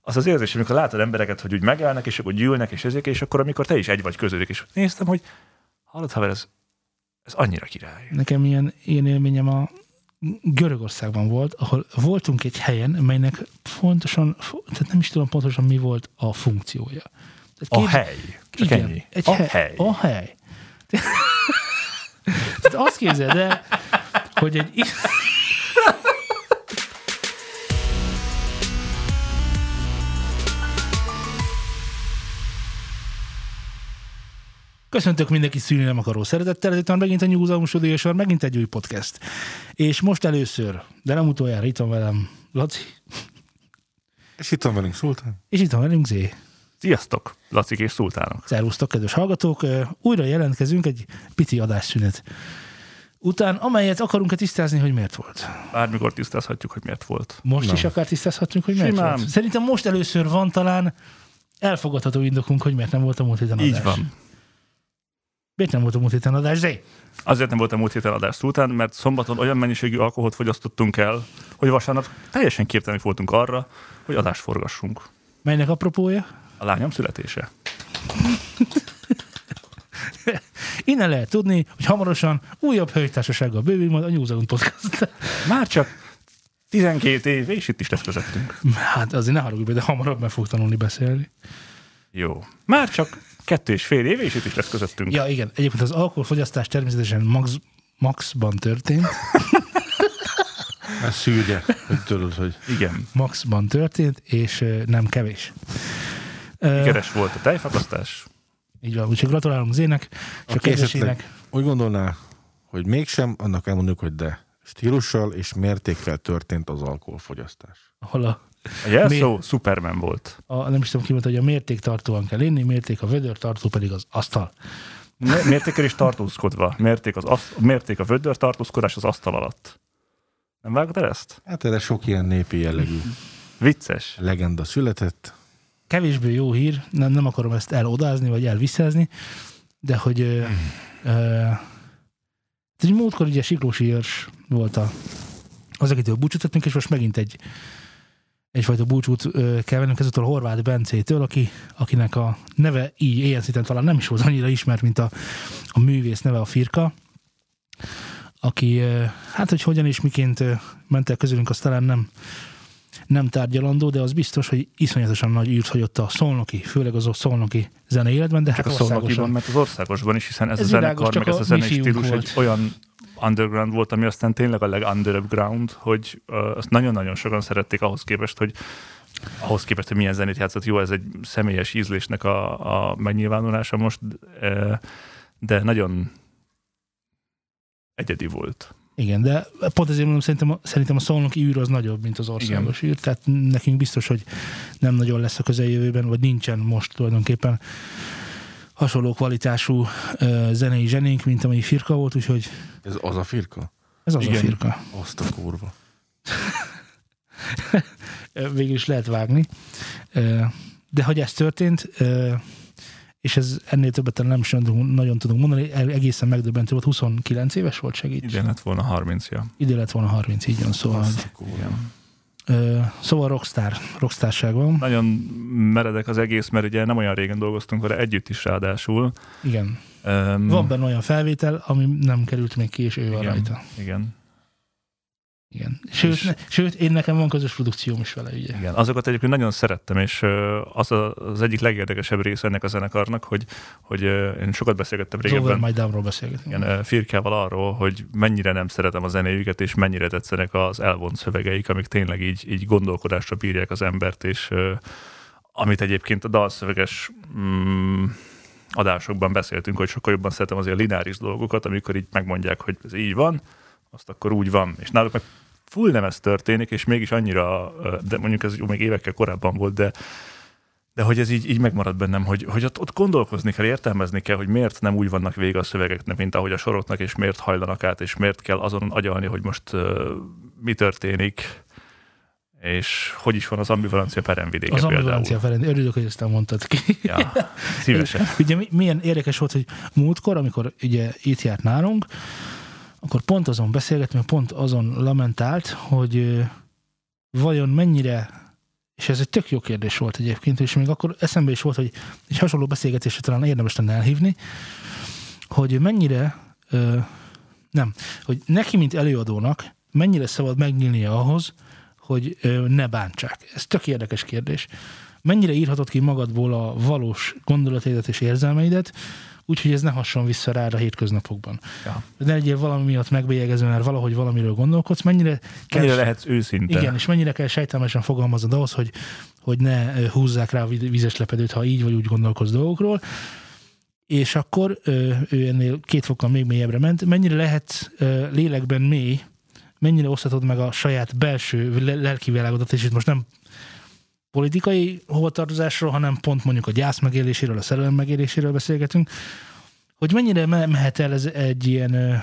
az érzés, amikor látod embereket, hogy úgy megállnak, és akkor gyűlnek, és akkor amikor te is egy vagy közülük, és néztem, hogy hallod, haver, ez annyira király. Nekem ilyen élményem a Görögországban volt, ahol voltunk egy helyen, melynek pontosan, tehát nem is tudom pontosan mi volt a funkciója. A hely. Csak igen, ennyi. Hely. A hely. Tehát azt képzeld el, hogy egy... Köszöntök mindenki szülni nem akaró szeretettel, ezután megint a Nyúzalom Stúdió, és megint egy új podcast. És most először, de nem utoljára, itt van velem Laci. És itt van velünk Szultán. És itt van velünk Zé. Sziasztok, Lacik és Szultánok. Szervusztok, kedves hallgatók. Újra jelentkezünk egy pici adásszünet után, amelyet akarunk-e tisztázni, hogy miért volt? Bármikor tisztázhatjuk, hogy miért volt. Most nem. Is akár tisztázhatjuk, hogy miért Simán. volt? Szerintem most először van talán elfogadható indokunk, hogy miért nem volt a múlt héten adás. Így van. Miért nem volt a múlt héten adás, Zé? Azért nem volt a múlt héten adás Szultán, mert szombaton olyan mennyiségű alkoholt fogyasztottunk el, hogy vasárnap teljesen képtelenek voltunk arra, hogy adást forgassunk. Melynek apropója? A lányom születése. Innen lehet tudni, hogy hamarosan újabb hölgytársasággal bővül majd a Nyúzalom Podcast. Már csak 12 év, és itt is lesz közöttünk. Hát azért ne haragudj be, de hamarabb meg fog tanulni beszélni. Jó. Már csak 2,5 éve, és itt is lesz közöttünk. Ja, igen. Egyébként az alkoholfogyasztás természetesen maxban történt. Ez szűrje, hogy tudod, hogy... Igen. Maxban történt, és nem kevés. Sikeres volt a tejfakasztás. Így van, úgyhogy gratulálunk Zének, és a kedvesének. Úgy gondolná, hogy mégsem, annak elmondjuk, hogy de stílussal és mértékkel történt az alkoholfogyasztás. Ahol A jelszó Superman volt. Nem is tudom ki mondta, hogy a mértéktartóan kell inni, mérték a vödörtartó pedig az asztal. Mértékkel is tartózkodva. Mérték a vödör tartózkodás az asztal alatt. Nem vágod el ezt? Hát erre sok ilyen népi jellegű Vicces. legenda született. Kevésbé jó hír, nem akarom ezt elodázni, vagy elvisszázni, de hogy egy múltkor ugye Siklósi Érs volt az, akitől búcsút tettünk, és most megint egyfajta búcsút kell vennünk ezúttal Horváth Bencétől, akinek a neve így ilyen szinten talán nem is volt annyira ismert, mint a művész neve, a Firka, aki, hát hogy hogyan és miként ment el közülünk, azt talán nem tárgyalandó, de az biztos, hogy iszonyatosan nagy űrt hagyott a szolnoki, főleg az szolnoki zene életben, de csak hát a szolnokiban, mert az országosban is, hiszen ez a zenekar, meg ez a zenei stílus egy olyan underground volt, ami aztán tényleg a legunderground, hogy azt nagyon-nagyon sokan szerették ahhoz képest, hogy milyen zenét játszott. Jó, ez egy személyes ízlésnek a megnyilvánulása most, de nagyon egyedi volt. Igen, de pont ezért mondom, szerintem a szolnoki űr az nagyobb, mint az országos űr, tehát nekünk biztos, hogy nem nagyon lesz a közeljövőben, vagy nincsen most tulajdonképpen hasonló kvalitású zenei zsenénk, mint amely Firka volt, úgyhogy... Ez az a Firka? Ez az a Firka. Azt a kurva. Végül is lehet vágni. De hogy ez történt, és ez ennél többet nem is nagyon tudunk mondani, egészen megdöbbentő volt, 29 éves volt, segíts. Idén lett volna 30-ja. Idén lett volna 30, így van, szóval... Szóval rockstárság van. Nagyon meredek az egész, mert ugye nem olyan régen dolgoztunk vele együtt is ráadásul. Igen. Van benne olyan felvétel, ami nem került még ki, és ő van rajta. Igen. Sőt, én nekem van közös produkcióm is vele, ugye. Igen, azokat egyébként nagyon szerettem, és az egyik legérdekesebb része ennek a zenekarnak, hogy én sokat beszélgettem régebben. Over My Downról beszélgetünk. Igen, Firkával arról, hogy mennyire nem szeretem a zenéjüket, és mennyire tetszenek az elvont szövegeik, amik tényleg így gondolkodásra bírják az embert, és amit egyébként a dalszöveges adásokban beszéltünk, hogy sokkal jobban szeretem azért a lineáris dolgokat, amikor így megmondják, hogy ez így van, azt akkor úgy van. És náluk meg full nem ez történik, és mégis annyira, de mondjuk ez még évekkel korábban volt, de hogy ez így megmarad bennem, hogy ott gondolkozni kell, értelmezni kell, hogy miért nem úgy vannak vége a szövegeknek, mint ahogy a soroknak, és miért hajlanak át, és miért kell azon agyalni, hogy most mi történik, és hogy is van az ambivalencia peremvidéke például. Az ambivalencia peremvidéke, örülök, hogy ezt nem mondtad ki. Ja, szívesen. Ugye milyen érdekes volt, hogy múltkor, amikor ugye itt járt nálunk, akkor pont azon beszélgetünk, pont azon lamentált, hogy vajon mennyire és ez egy tök jó kérdés volt egyébként, és még akkor eszembe is volt, hogy egy hasonló beszélgetésre talán érdemes lenne elhívni, hogy mennyire, hogy neki, mint előadónak, mennyire szabad megnyílnia ahhoz, hogy ne bántsák. Ez tök érdekes kérdés. Mennyire írhatod ki magadból a valós gondolataidat és érzelmeidet, úgyhogy ez ne hasson vissza rád a hétköznapokban. Ja. Ne legyél valami miatt megbélyegező, mert valahogy valamiről gondolkodsz, mennyire lehetsz őszinte. Igen, és mennyire kell sejtelmesen fogalmaznod ahhoz, hogy ne húzzák rá a vízes lepedőt, ha így vagy úgy gondolkodsz dolgokról. És akkor ő ennél 2 fokkal még mélyebbre ment. Mennyire lehet lélekben mély, mennyire osztatod meg a saját belső lelki világodat, és itt most nem politikai hovatartozásról, hanem pont mondjuk a gyász megéléséről, a szerelem megéléséről beszélgetünk, hogy mennyire mehet el ez egy ilyen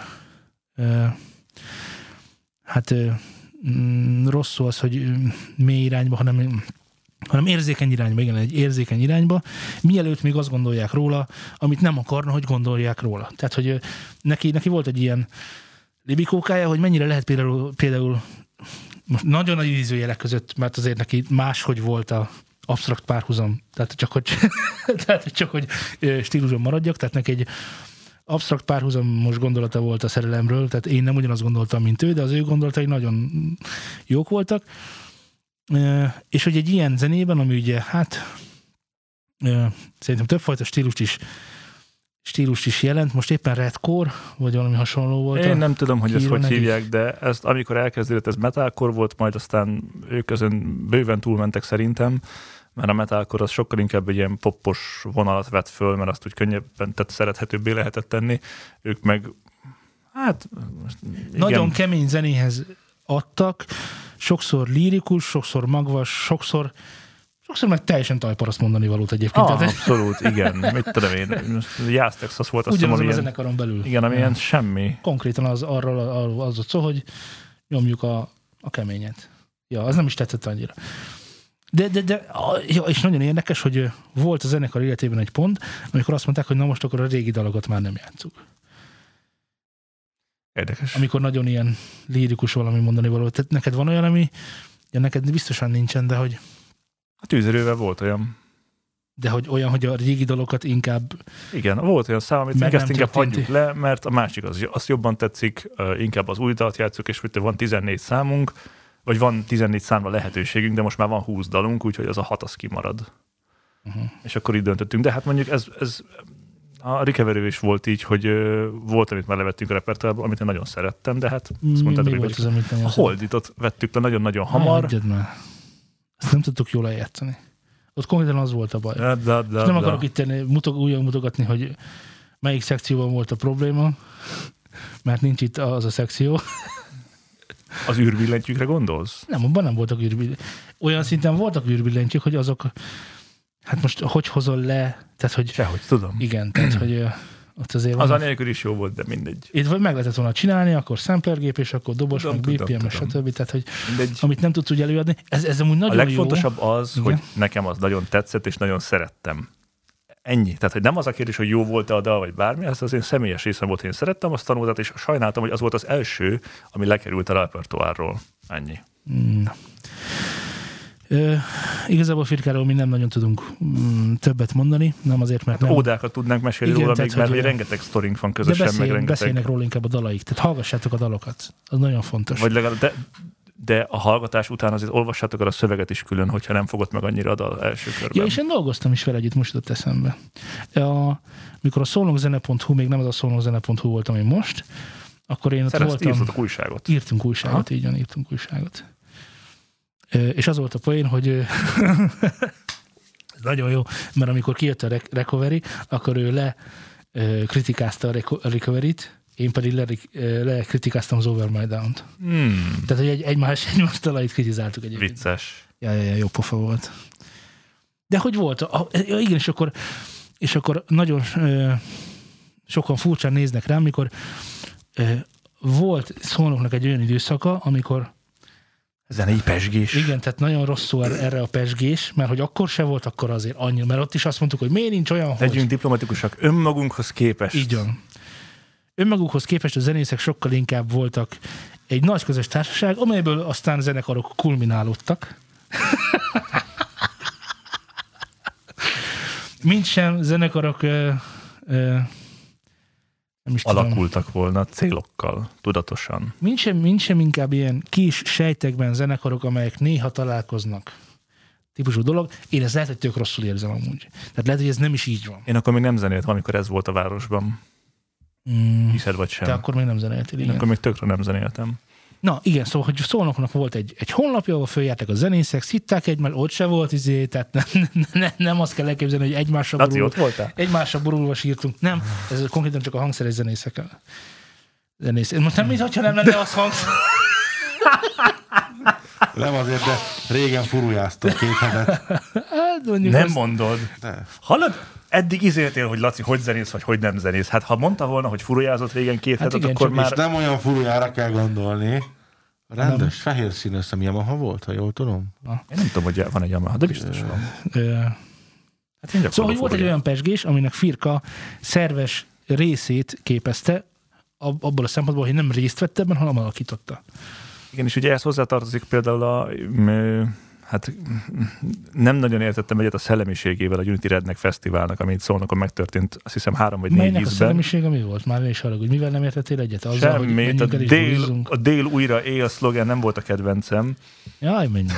rossz szó az, hogy mély irányba, hanem érzékeny irányba, igen, egy érzékeny irányba, mielőtt még azt gondolják róla, amit nem akarna, hogy gondolják róla. Tehát, hogy neki volt egy ilyen libikókája, hogy mennyire lehet például most nagyon nagy idézőjelek között, mert azért neki máshogy volt a absztrakt párhuzam, tehát csak hogy stíluson maradjak, tehát neki egy absztrakt párhuzamos gondolata volt a szerelemről, tehát én nem ugyanazt gondoltam, mint ő, de az ő gondolatai nagyon jók voltak, és hogy egy ilyen zenében, ami ugye szerintem többfajta stílust is jelent, most éppen redcore, vagy valami hasonló volt. Én nem tudom, hogy ezt hogy hívják, de ezt, amikor elkezdődött, ez metalcore volt, majd aztán ők ezen bőven túlmentek szerintem, mert a metalcore az sokkal inkább egy ilyen poppos vonalat vett föl, mert azt úgy könnyebben, tehát szerethetőbbé lehetett tenni. Ők meg, nagyon kemény zenéhez adtak, sokszor lírikus, sokszor magvas, sokszor meg teljesen tajparaszt mondani valót egyébként. Abszolút, igen. Mit tudom én, Jazz Texas volt, azt ugyanazon a zenekaron belül. Igen, ami ilyen semmi. Konkrétan az ott szó, hogy nyomjuk a keményet. Ja, az nem is tetszett annyira. De és nagyon érdekes, hogy volt a zenekar életében egy pont, amikor azt mondták, hogy na most akkor a régi dalokat már nem játsszuk. Érdekes. Amikor nagyon ilyen lírikus valami mondani való. Tehát neked van olyan, ami neked biztosan nincsen, de hogy a Tűzerővel volt olyan. De hogy olyan, hogy a régi dalokat inkább... Igen, volt olyan szám, amit ezt inkább hagyjuk le, mert a másik az jobban tetszik, inkább az új dalt játsszuk, és van 14 számunk, vagy van 14 számra lehetőségünk, de most már van 20 dalunk, úgyhogy az a 6 az kimarad. És akkor így döntöttünk. De hát mondjuk ez a Recovery is volt így, hogy volt, amit már levettünk a repertoárból, amit én nagyon szerettem, de hát azt mondtátok, hogy a Holditot vettük le nagyon-nagyon hamar. Hagyjad már. Ezt nem tudtuk jól eljátszani. Ott konkrétan az volt a baj. Nem akarok itt újra mutogatni, hogy melyik szekcióban volt a probléma, mert nincs itt az a szekció. Az űrbillentyűkre gondolsz? Nem, abban nem voltak űrbillentyűk. Olyan szinten voltak űrbillentyűk, hogy azok, hát most hogy hozol le, tehát hogy... Sehogy, tudom. Igen, tehát hogy ott azért az anélkül is jó volt, de mindegy. Itt meg lehetett volna csinálni, akkor samplergép, és akkor dobos, meg BPM, és stb. Tehát, hogy mindegy. Amit nem tudsz úgy előadni, ez amúgy nagyon jó. A legfontosabb az, igen, hogy nekem az nagyon tetszett, és nagyon szerettem. Ennyi. Tehát, hogy nem az a kérdés, hogy jó volt-e a dal, vagy bármi, ez az én személyes részem volt, hogy én szerettem azt tanultat, és sajnáltam, hogy az volt az első, ami lekerült a repertoárról. Ennyi. Igazából Firkáról mi nem nagyon tudunk többet mondani, nem azért, mert nem... Ódákat tudnánk mesélni róla, még, mert hogy rengeteg sztorink van közösen, meg rengeteg... beszélnek róla inkább a dalaik, tehát hallgassátok a dalokat, az nagyon fontos. Vagy legalább, de a hallgatás után azért olvassátok el a szöveget is külön, hogyha nem fogod meg annyira a dal első körben. Ja, és én dolgoztam is vele együtt, most jutott eszembe. Mikor a szolnokzene.hu, még nem az a szolnokzene.hu voltam én most, akkor én ott voltam... Írtatok újságot. Írtunk újságot, így van, írtunk újságot. És az volt a poén, hogy nagyon jó, mert amikor kijött a Recovery, akkor ő kritikázta a Recovery-t, én pedig lekritikáztam az Over My Down-t. Tehát, hogy egymás talajt kritizáltuk egyébként. Vicces. Ja, jó pofa volt. De hogy volt? Igen, és akkor nagyon sokan furcsán néznek rám, amikor volt Szolnoknak egy olyan időszaka, amikor zenei pezsgés. Igen, tehát nagyon rossz szó erre a pezsgés, mert hogy akkor se volt, akkor azért annyira, mert ott is azt mondtuk, hogy miért nincs olyan, legyünk hogy... diplomatikusak önmagunkhoz képest. Így van. Önmagukhoz képest a zenészek sokkal inkább voltak egy nagy közös társaság, amelyből aztán zenekarok kulminálódtak. mint sem zenekarok nem is alakultak volna célokkal, tudatosan. Mint sem inkább ilyen kis sejtekben zenekarok, amelyek néha találkoznak típusú dolog. Én ezt lehet, hogy tök rosszul érzem amúgy. Tehát lehet, hogy ez nem is így van. Én akkor még nem zenéltem, amikor ez volt a városban. Hiszed vagy sem? Te akkor még nem zenéltél, igen. Én akkor még tökre nem zenéltem. Na igen, szóval, hogy Szolnoknak volt egy honlapja, ahol följártak a zenészek, szitták egymást, ott se volt tehát nem azt kell elképzelni, hogy egymásra borulva sírtunk. Nem, ez konkrétan csak a hangszeres zenészekkel. Most nem mintha nem lenne az hangszer. Nem azért, de régen furujáztam 2 hetet. Hát, nem mondod. De. Hallod? Eddig izéltél, hogy Laci, hogy zenész, vagy hogy nem zenész. Hát ha mondta volna, hogy furujázott régen 2 hetet, igen, akkor már... És nem olyan furujára kell gondolni. Rendes, fehér színű Yamaha volt, ha jól tudom. Én nem tudom, hogy van egy Yamaha, de biztos van. Hát szóval, hogy volt egy olyan pezsgés, aminek Firka szerves részét képezte, abból a szempontból, hogy nem részt vett ebben, hanem alakította. Igen, és ugye ehhez hozzátartozik például hát nem nagyon értettem egyet a szellemiségével a Unity Redneck Fesztiválnak, amit Szolnokon megtörtént, azt hiszem 3 vagy 4 ízben. Melynek a szellemisége mi volt? Már is haragudj, mivel nem értettél egyet? Azzal, semmi, a dél újra él szlogen nem volt a kedvencem. Jaj, menj.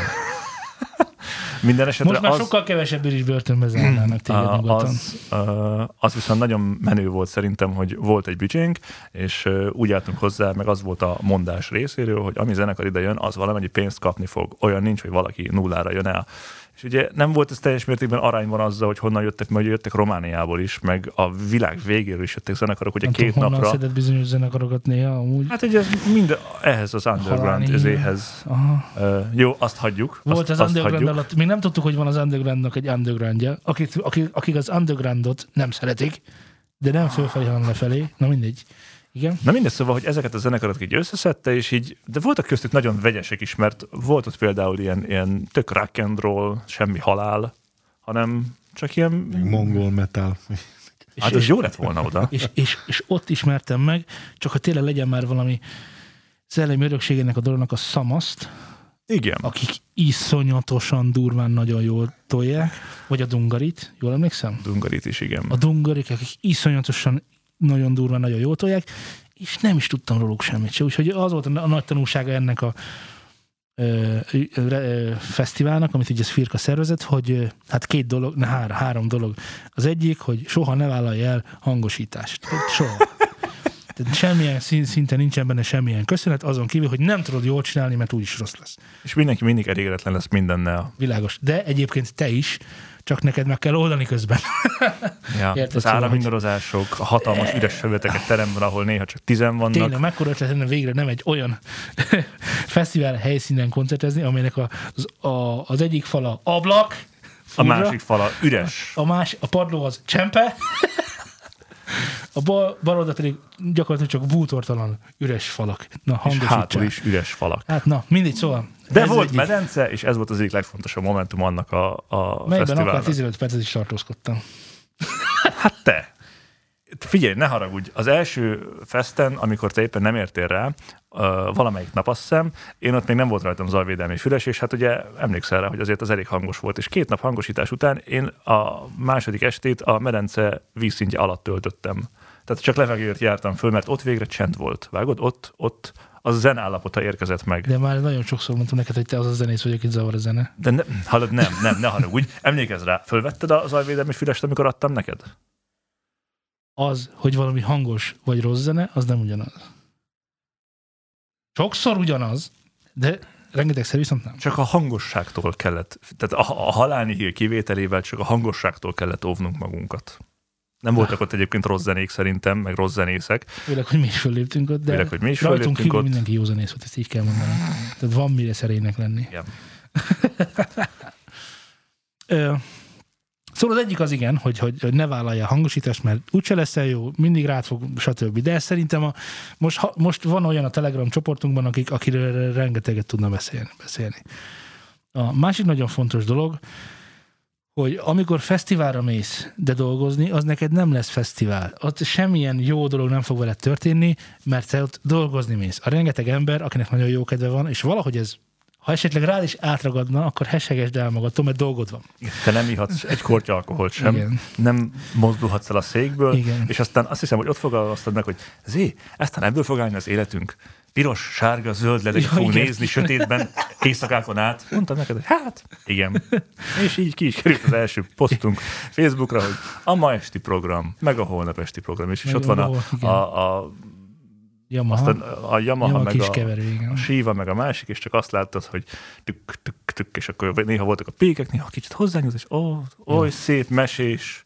Minden esetre most már sokkal kevesebb is börtönbe zárnának téged nyugaton. Az viszont nagyon menő volt szerintem, hogy volt egy büdzsénk, és úgy álltunk hozzá, meg az volt a mondás részéről, hogy ami zenekar ide jön, az valamennyi pénzt kapni fog. Olyan nincs, hogy valaki nullára jön el. És ugye nem volt ez teljes mértékben arányban azzal, hogy honnan jöttek, mert jöttek Romániából is, meg a világ végéről is jöttek zenekarok, ugye 2 napra. Honnan szedett bizonyos zenekarokat néha amúgy? Hát ugye mind ehhez az underground ezéhez. Jó, azt hagyjuk. Volt az underground alatt, még nem tudtuk, hogy van az undergroundnak egy undergroundja, akik az undergroundot nem szeretik, de nem fölfelé, hanem lefelé. Na mindegy. Igen. Na mindegy, szóval, hogy ezeket a zenekarokat így összeszedte, és így, de voltak köztük nagyon vegyesek is, mert volt ott például ilyen tök rock and roll, semmi halál, hanem csak ilyen... Mongol metal. Hát ez jó lett volna oda. És ott ismertem meg, csak hogy tényleg legyen már valami szellemi örökségének a dolognak a Szamaszt, igen. Akik iszonyatosan durván nagyon jól tolják, vagy a Dungarit, jól emlékszem? Dungarit is, igen. A Dungarik, akik iszonyatosan nagyon durván, nagyon jól tolják, és nem is tudtam róluk semmit se. Úgyhogy az volt a nagy tanulsága ennek a fesztiválnak, amit ugye ez Firka szervezett, hogy hát 2 dolog, 3 dolog. Az egyik, hogy soha ne vállalj el hangosítást. Soha. Tehát semmilyen szinten nincsen benne semmilyen köszönet, azon kívül, hogy nem tudod jól csinálni, mert úgyis rossz lesz. És mindenki mindig elégedetlen lesz mindennel. Világos. De egyébként te is, csak neked meg kell oldani közben. Ja, az áramindorozások, a hatalmas üres felületek egy teremben, ahol néha csak 10 vannak. Tényleg, mekkora ötlet lenne végre nem egy olyan fesztivál helyszínen koncertezni, amelynek az egyik fala ablak, furra, a másik fala üres. A padló az csempe, a bal oldal pedig gyakorlatilag csak bútortalan üres falak. Na, és hátul is üres falak. Hát na, mindegy, szóval. De volt medence, és ez volt az egyik legfontosabb momentum annak a fesztiválnak. Melyben akár 15 percet is tartózkodtam. Hát te! Figyelj, ne haragudj. Az első festen, amikor te éppen nem értél rá, valamelyik nap azt hiszem, én ott még nem volt rajtam zajvédelmi füles, és hát ugye emlékszel rá, hogy azért az elég hangos volt. És 2 nap hangosítás után én a második estét a medence vízszintje alatt töltöttem. Tehát csak levegőért jártam föl, mert ott végre csend volt. Vágod? Ott az zen állapota érkezett meg. De már nagyon sokszor mondtam neked, hogy te az a zenész vagy, akit zavar a zene. De hallod, ne haragudj. Emlékezz rá, fölvetted a zajvédelmi fülest, amikor adtam neked? Az, hogy valami hangos vagy rossz zene, az nem ugyanaz. Sokszor ugyanaz, de rengetegszer viszont nem. Csak a hangosságtól kellett, tehát a halálni hír kivételével csak a hangosságtól kellett óvnunk magunkat. Nem voltak ott egyébként rossz zenék szerintem, meg rossz zenészek. Főleg, hogy mi is fölléptünk ott, de rajtunk kívül mindenki jó zenész volt, ezt így kell mondani. Tehát van mire szerénynek lenni. Igen. Szóval az egyik az igen, hogy ne vállalja a hangosítást, mert úgyse leszel jó, mindig rád fog, stb. De szerintem most van olyan a Telegram csoportunkban, akiről rengeteget tudna beszélni. A másik nagyon fontos dolog, hogy amikor fesztiválra mész, de dolgozni, az neked nem lesz fesztivál. Ott semmilyen jó dolog nem fog veled történni, mert te ott dolgozni mész. A rengeteg ember, akinek nagyon jó kedve van, és valahogy ez Ha esetleg rád is átragadna, akkor hessegesd el magadtól, mert dolgod van. Te nem ihatsz egy kortya alkoholt sem, Igen. nem mozdulhatsz el a székből, Igen. és aztán azt hiszem, hogy ott fogalmaztad meg, hogy aztán ebből fog állni az életünk. Piros, sárga, zöld ledeket fogunk nézni sötétben éjszakákon át. Mondtam neked, hogy hát, igen. És így ki is került az első posztunk Facebookra, hogy a ma esti program, meg a holnap esti program, és ott van a Yamaha. aztán a Yamaha meg kis a keverő, igen. Shiva meg a másik, és csak azt láttad, hogy tük, és akkor néha voltak a pékek, néha kicsit hozzányúlt, és oly szép mesés.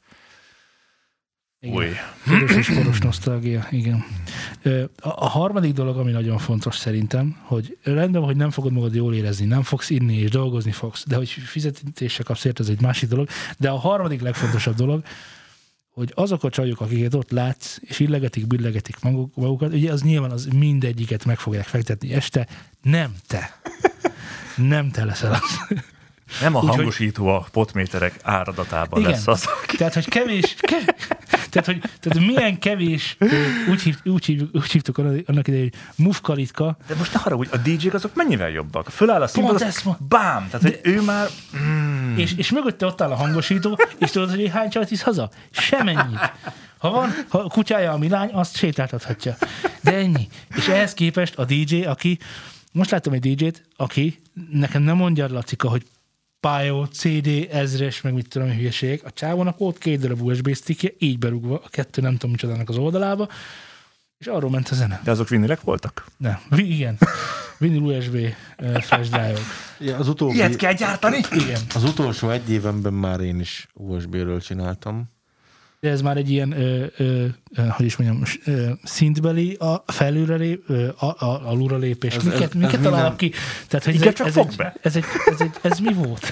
Új. Piros és poros nosztalgia, igen. A harmadik dolog, ami nagyon fontos szerintem, hogy rendben, hogy nem fogod magad jól érezni, nem fogsz inni és dolgozni fogsz, de hogy fizetésre kapsz ért, ez egy másik dolog. De a harmadik legfontosabb dolog, hogy azok a csajok, akiket ott látsz, és illegetik, billegetik magukat, ugye az nyilván az mindegyiket meg fogják fektetni este, nem te. Nem te leszel az. Nem a hangosító a potméterek áradatában igen. lesz az. Tehát, hogy kevés tehát milyen kevés, úgy hívtuk annak idején, hogy mufkalitka. De most ne haragudj, a DJ-k azok mennyivel jobbak? Föláll a színpad, bám! Tehát, hogy ő már... És mögötte ott áll a hangosító, és tudod, hogy hány csajt visz haza? Semennyit. Ha a kutyája a Milány, azt sétáltathatja. De ennyi. És ehhez képest a DJ, aki... Most láttam egy DJ-t, aki nekem nem mondja Lacika, hogy Pio, CD, ezres, meg mit tudom, hülyeség. A csávónak ott 2 darab USB stickje, így berúgva, a 2 nem tudom micsodának az oldalába, és arról ment a zene. De azok vinilek voltak? Nem. Igen. Vinyl USB flash drive-ok. Ja, ilyet kell gyártani? Igen. Az utolsó 1 évenben már én is USB-ről csináltam. De ez már egy ilyen, hogy is mondjam, szintbeli, a felülre alulra lépés. Miket találok ki? Tehát, hogy ez mi volt?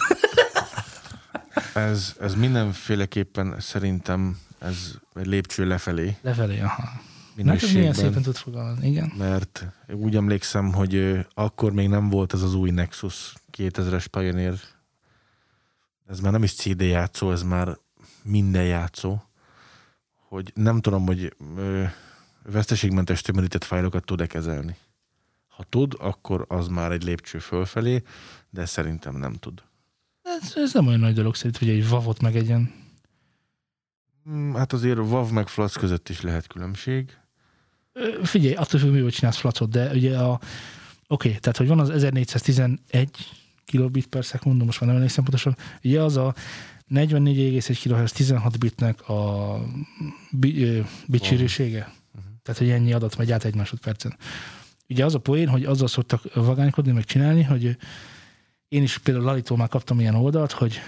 Ez mindenféleképpen szerintem ez egy lépcső lefelé. Lefelé, aha. Minőségben. Milyen szépen tud fogalmazni, igen. Mert úgy emlékszem, hogy akkor még nem volt ez az új Nexus 2000-es Pioneer. Ez már nem is CD játszó, ez már minden játszó. Hogy nem tudom, hogy veszteségmentes tömörített fájlokat tud-e kezelni. Ha tud, akkor az már egy lépcső fölfelé, de szerintem nem tud. Ez nem olyan nagy dolog szerint, hogy egy WAV-ot meg egy ilyen... Hát azért WAV meg FLAC között is lehet különbség. Figyelj, attól függ, mivel csinálsz FLAC-ot, de ugye oké, tehát hogy van az 1411 kilobit per szekundum, most már nem emlékszem pontosan, ugye az a 44,1 kHz 16 bitnek a bitsűrűsége. Tehát, hogy ennyi adat megy át 1 másodpercen. Ugye az a poén, hogy azzal szoktak vagánykodni, meg csinálni, hogy én is például Lalitól már kaptam ilyen oldalt, hogy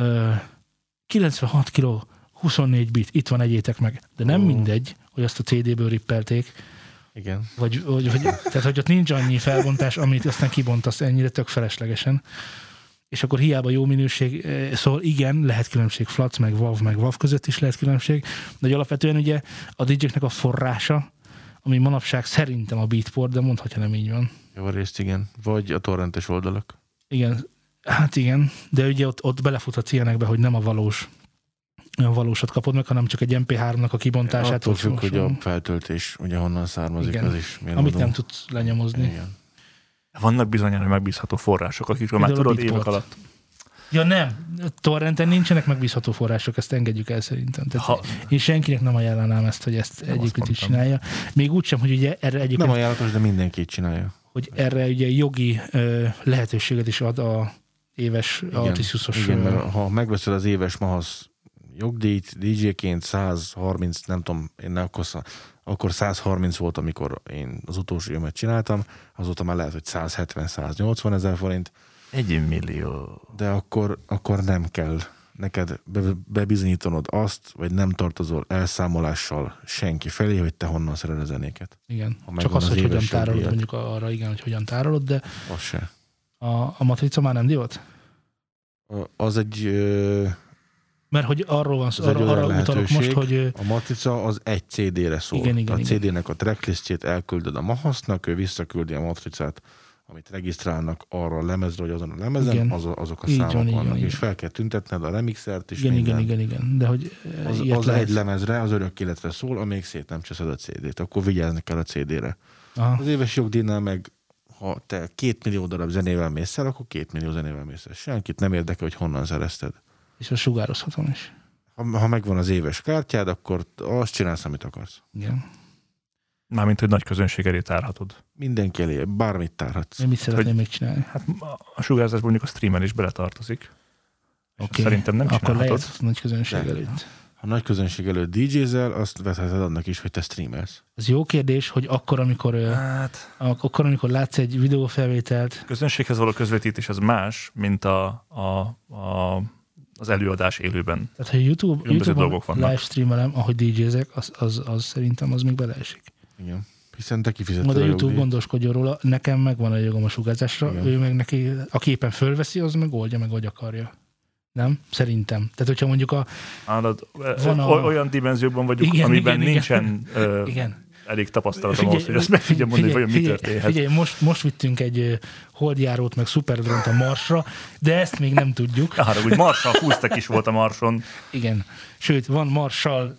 96 kg, 24 bit, itt van, egyétek meg. De nem mindegy, hogy azt a CD-ből rippelték. Igen. Tehát, hogy ott nincs annyi felbontás, amit aztán kibontasz ennyire tök feleslegesen. És akkor hiába jó minőség, szóval igen, lehet különbség FLAC, meg WAV között is lehet különbség, de alapvetően ugye a DJ-knek a forrása, ami manapság szerintem a Beatport, de mondhatja nem így van. Javarészt igen, vagy a torrentes oldalak. Igen, hát igen, de ugye ott belefuthatsz ilyenekbe, hogy nem a valósat kapod meg, hanem csak egy MP3-nak a kibontását. Attól függ, hogy a feltöltés ugye honnan származik, igen. Az is mérvadó. Amit nem tudsz lenyomozni. Igen. Vannak bizonyára megbízható források, akikről már tudod évek alatt. Ja nem, torrenten nincsenek megbízható források, ezt engedjük el szerintem. Tehát én senkinek nem ajánlanám ezt, hogy ezt egyébként is csinálja. Még úgysem, hogy ugye erre egyébként... Nem ajánlatos, de mindenki csinálja. Hogy erre ugye jogi lehetőséget is ad a éves Altisus-os... Igen, mert ha megveszed az éves MAHASZ jogdíjt, DJ-ként 130, nem tudom, én akkor 130 volt, amikor én az utolsó jömet csináltam, azóta már lehet, hogy 170-180 ezer forint. 1 millió. De akkor nem kell neked bebizonyítanod azt, vagy nem tartozol elszámolással senki felé, hogy te honnan szered a zenéket. Igen, csak az, hogy hogyan tárolod, mondjuk arra igen, hogy hogyan tárolod, de az se. A matrica már nem divat? Az egy... Mert hogy arról van szó, arra utalok most, hogy... A matrica az egy CD-re szól. Igen, a CD-nek a tracklistjét elküldöd a MAHASZ-nak, ő visszaküldi a matricát, amit regisztrálnak arra a lemezre, hogy azon a lemezen, azok a számok vannak. És fel kell tüntetned a remixert is. Igen. De hogy az egy lemezre, az örök életre szól, amíg szét nem cseszed a CD-t. Akkor vigyázni kell a CD-re. Aha. Az éves jogdíjnál meg ha te 2 millió darab zenével mész el, akkor 2 millió zenével mész el. Senkit nem érdekel, hogy honnan szerezted. És azt sugározhatom is. Ha megvan az éves kártyád, akkor azt csinálsz, amit akarsz. Igen. Mármint, hogy nagy közönség elé tárhatod. Mindenki elé, bármit tárhatsz. Én mit szeretném még csinálni? Hát a sugárzás mondjuk a streamen is beletartozik. Okay. Szerintem nem akkor csinálhatod. lehet nagy közönség előtt. Ha nagy közönség előtt DJ-zel, azt vetheted annak is, hogy te streamelsz. Ez jó kérdés, hogy akkor, amikor látsz egy videófelvételt... Közönséghez való közvetítés az más, mint az előadás élőben. Tehát, ha YouTube-on dolgok vannak. livestreamelem, ahogy DJ-zek, az szerintem az még beleesik. Igen. Hiszen te kifizetted Majd a YouTube jogdíjat. gondoskodjon róla, nekem megvan a jogom a sugárzásra, Igen. ő meg neki, aki éppen fölveszi, az meg oldja meg, hogy akarja. Nem? Szerintem. Tehát, hogyha mondjuk olyan dimenzióban vagyunk, igen, amiben igen, nincsen igen. elég tapasztalatom ahhoz, hogy azt meg figyelj mondani, hogy vajon mi történhet. Figyelj, most vittünk egy holdjárót, meg szuperdrónt a Marsra, de ezt még nem tudjuk. Úgy Marssal fúztak is volt a Marson. Igen. Sőt, van Marssal...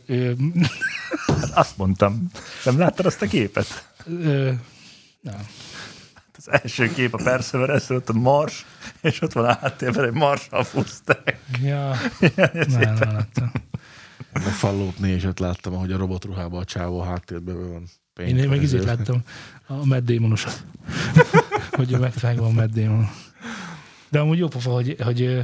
Hát azt mondtam. Nem láttad azt a képet? Nem. Az első kép a Perseverance, ott a Mars, és ott van a háttérben egy Marssal fúzták. Ja, nem láttam. A fallót és ott láttam, ahogy a robotruhában a csávó háttérben van. Én meg izét láttam, a Matt Damonosat. Hogy megvan a Matt Damon. De amúgy jó pofa, hogy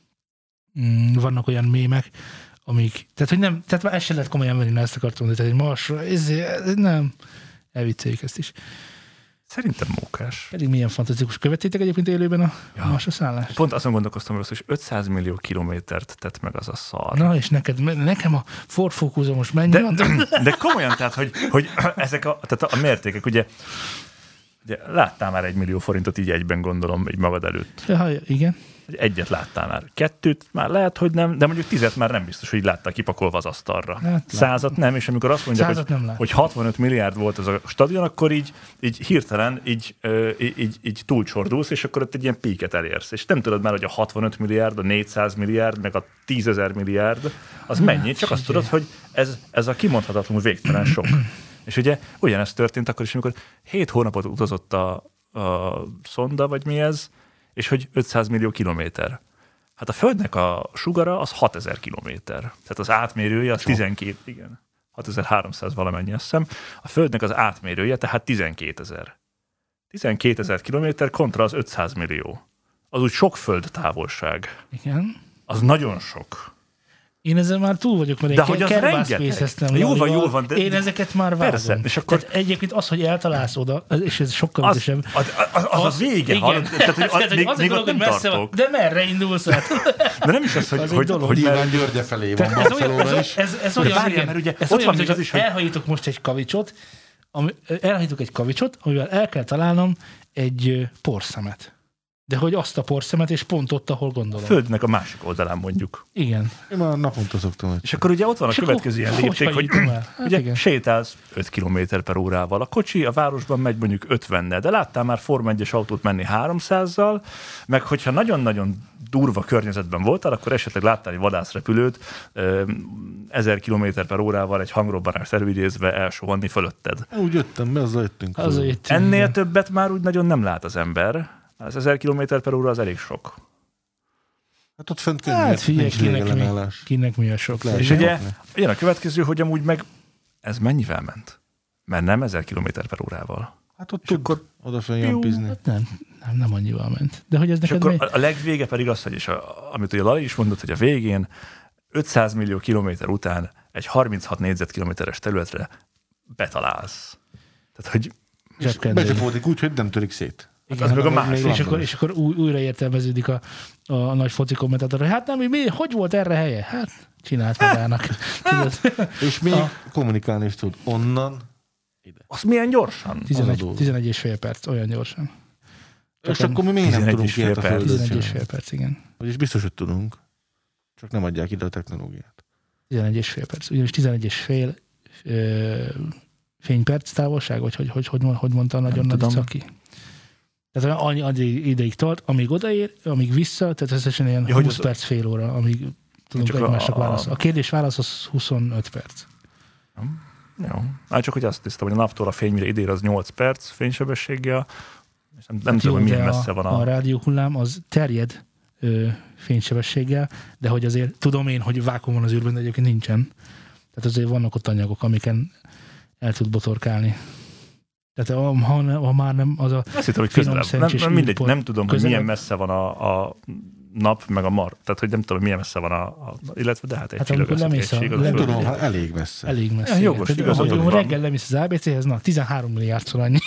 vannak olyan mémek, amik, tehát hogy nem, tehát már ezt sem lehet komolyan venni, na ezt akartam mondani, tehát egy Marsra, nem, elvicceljük ezt is. Szerintem mókás. Pedig milyen fantasztikus. Követtétek egyébként élőben a Marsra szállást? Pont azon gondolkoztam, hogy 500 millió kilométert tett meg az a szar. Na, és nekem a Ford Focus most mennyi van? De komolyan, tehát, hogy ezek tehát a mértékek, ugye láttál már 1 millió forintot így egyben, gondolom, így magad előtt. Ja, igen. Egyet láttál már. 2 már lehet, hogy nem, de mondjuk 10 már nem biztos, hogy így láttál kipakolva az asztalra. Hát, 100 nem, és amikor azt mondják, hogy 65 milliárd volt az a stadion, akkor így hirtelen így túlcsordulsz, és akkor ott egy ilyen píket elérsz. És nem tudod már, hogy a 65 milliárd, a 400 milliárd, meg a 10 000 milliárd, az mennyi, csak azt tudod, hogy ez a kimondhatatlanul végtelen sok. És ugye ugyanezt történt akkor is, amikor 7 hónapot utazott a szonda, vagy mi ez, és hogy 500 millió kilométer. Hát a Földnek a sugara az 6000 kilométer. Tehát az átmérője az 12, igen, 6300 valamennyi, azt hiszem. A Földnek az átmérője tehát 12 000. 12 000 kilométer kontra az 500 millió. Az úgy sok földtávolság. Igen. Az nagyon sok. Én ezzel már túl vagyok, mert én kerbászpészeztem. Jól van. De én ezeket már vágom. Persze, és akkor... Tehát egyébként az, hogy eltalálsz oda, és ez sokkal ügyesebb. Az a vége. Igen. Tehát, még ott nem tartok. De merre indulsz át? De nem is az, hogy Nyilván Györgye felé van Barcelona is. Ez olyan, mert ugye ott van, hogy elhajítok most egy kavicsot, amivel el kell találnom egy porszemet. De hogy azt a porszemet, és pont ott, ahol gondolom. A Földnek a másik oldalán mondjuk. Igen. Én már naponta szoktam. És akkor ugye ott van a következő ilyen lépték, hogy ugye sétálsz 5 km/h-val. A kocsi a városban megy mondjuk 50-nel, de láttál már Forma 1-es autót menni 300-zal, meg hogyha nagyon-nagyon durva környezetben voltál, akkor esetleg láttál egy vadászrepülőt 1000 km/h-val egy hangrobbanást előidézve elsuhanni fölötted. Úgy jöttem be, azzal jöttünk. Ennél többet már úgy nagyon nem lát az ember. Az 1000 km/h az elég sok. Hát ott fent kinek mi a sok. És ugye jön a következő, hogy amúgy meg ez mennyivel ment? Mert nem 1000 km/h-val. Hát ott akkor odafön jampizni. Hát nem annyival ment. De hogy ez neked akkor a legvége pedig az, hogy amit ugye Lali is mondott, hogy a végén 500 millió kilométer után egy 36 négyzetkilométeres területre betalálsz. Tehát, hogy becsapódik úgy, hogy nem törik szét. Igen, és akkor újra értelmeződik a nagy foci kommentátor, hogy hát nem, hogy volt erre helye? Hát csinált magának. És még kommunikálni is tud. Onnan ide. Az milyen gyorsan? 11,5 perc, olyan gyorsan. És akkor mi még nem tudunk ilyet a Földön 11,5 perc, igen. Vagyis biztos, hogy tudunk. Csak nem adják ide a technológiát. 11,5 perc. Ugyanis 11,5 fényperc távolság, vagy hogy mondta nagyon nagy szaki. Tehát annyi ideig tart, amíg odaér, amíg vissza, tehát összesen ilyen 20 perc, fél óra, amíg tudunk egymásnak válaszolni. A kérdés-válasz az 25 perc. Jó. Hát csak hogy azt tisztem, hogy a naptól a fénymire idér az 8 perc fénysebességgel, Nem tudom, hogy milyen messze van a rádióhullám, az terjed fénysebességgel, de hogy azért tudom én, hogy vákum van az űrben, de egyébként nincsen. Tehát azért vannak ott anyagok, amiken el tud botorkálni. Tehát ha már nem az a azt hittem, hogy közelebb. Mindegy, nem tudom, hogy milyen messze van a nap, meg a mar. Tehát, hogy nem tudom, hogy milyen messze van illetve, de hát egy csillagaszati egység. Nem tudom, elég messze. Elég messze. Ja, jogos, igazad van. Reggel lemész az ABC-hez, 13 milliárdszor annyi.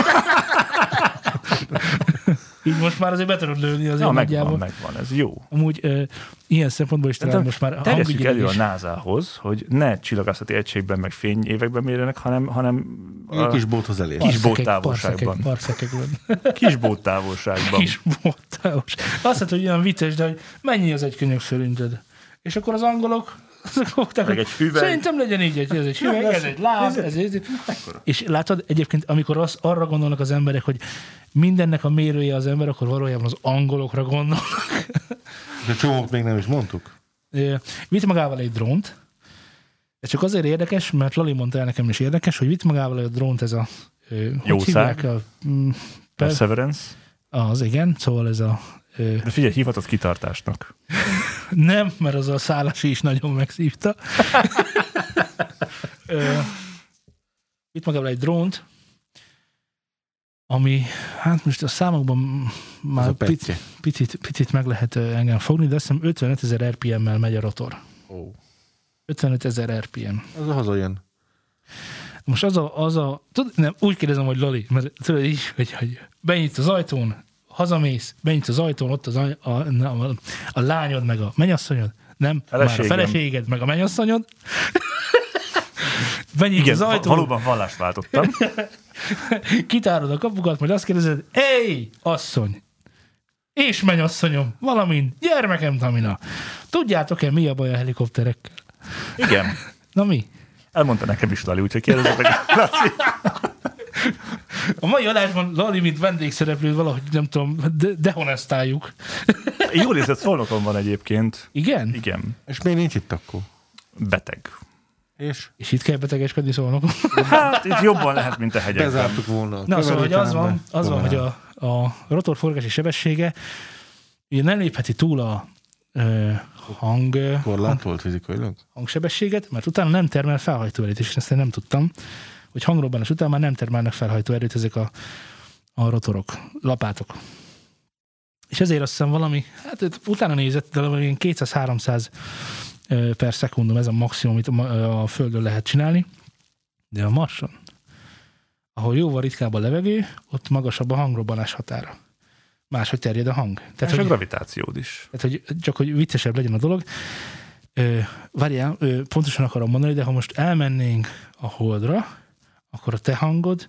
Így most már azért be tudod lőni azért megvan, ez jó. Amúgy ilyen szempontból is talán most már terjesszük elő a NASA-hoz, hogy ne csillagászati egységben meg fényévekben mérjenek, hanem kisbóthoz elég. Kisbóttávolságban. Kisbóttávolságban. Azt hát, hogy olyan vicces, de hogy mennyi az egy könyök szerinted? És akkor az angolok meg egy hüvely. Szerintem legyen így, ez egy hüvely, ez egy láb, ez egy... És látod, egyébként, amikor arra gondolnak az emberek, hogy mindennek a mérője az ember, akkor valójában az angolokra gondolnak. De csomót még nem is mondtuk. Vitt magával egy drónt. Ez csak azért érdekes, mert Lali mondta el nekem is érdekes, hogy vitt magával egy drónt ez a... Jószág. Perseverance. Az igen, szóval ez a... De figyelj, hívhatod kitartásnak. Nem, mert az a Szálasi is nagyon megszívta. Vitt magával egy drónt, ami, hát most a számokban már picit meg lehet engem fogni, de azt hiszem 55 000 RPM-mel megy a rotor. 55 000 RPM. Az a hazajön. Most tudod, nem, úgy kérdezem, hogy Lali, mert tudod így, hogy benyitsz az ajtón, hazamész, benyitsz az ajtón, ott a lányod, meg a mennyasszonyod, nem, már a feleséged, meg a mennyasszonyod. Igen, az ajtón. Valóban vallást váltottam. Kitárod a kapukat, majd azt kérdezed, hey, asszony, és mennyasszonyom, valamint gyermekem Tamina, tudjátok-e, mi a baj a helikopterekkel? Igen. Na mi? Elmondta nekem is Lali, úgyhogy kérdezett meg. A mai adásban Lali, mint vendégszereplőt valahogy, nem tudom, dehonestáljuk. Jól érzett, Szolnokon van egyébként. Igen? Igen. És még nincs itt akkor? Beteg. És itt kell betegeskedni Szolnokon? Hát itt jobban lehet, mint a hegyekben. Bezártuk volna. Na, szóval, hogy az van, hogy a rotor forgási sebessége ugye nem lépheti túl a korlátolt fizikailag? Hangsebességet, mert utána nem termel felhajtóerőt, és ezt én nem tudtam, hogy hangrobbanás után már nem termelnek felhajtóerőt ezek a rotorok, lapátok. És ezért azt hiszem valami, hát utána nézett, de valami 200-300 per szekundum, ez a maximum, amit a Földön lehet csinálni, de a Marson, ahol jóval ritkább a levegő, ott magasabb a hangrobbanás határa. Máshogy terjed a hang. Tehát, és a gravitációd is. Tehát, hogy csak hogy viccesebb legyen a dolog. Várjál, pontosan akarom mondani, de ha most elmennénk a Holdra, akkor a te hangod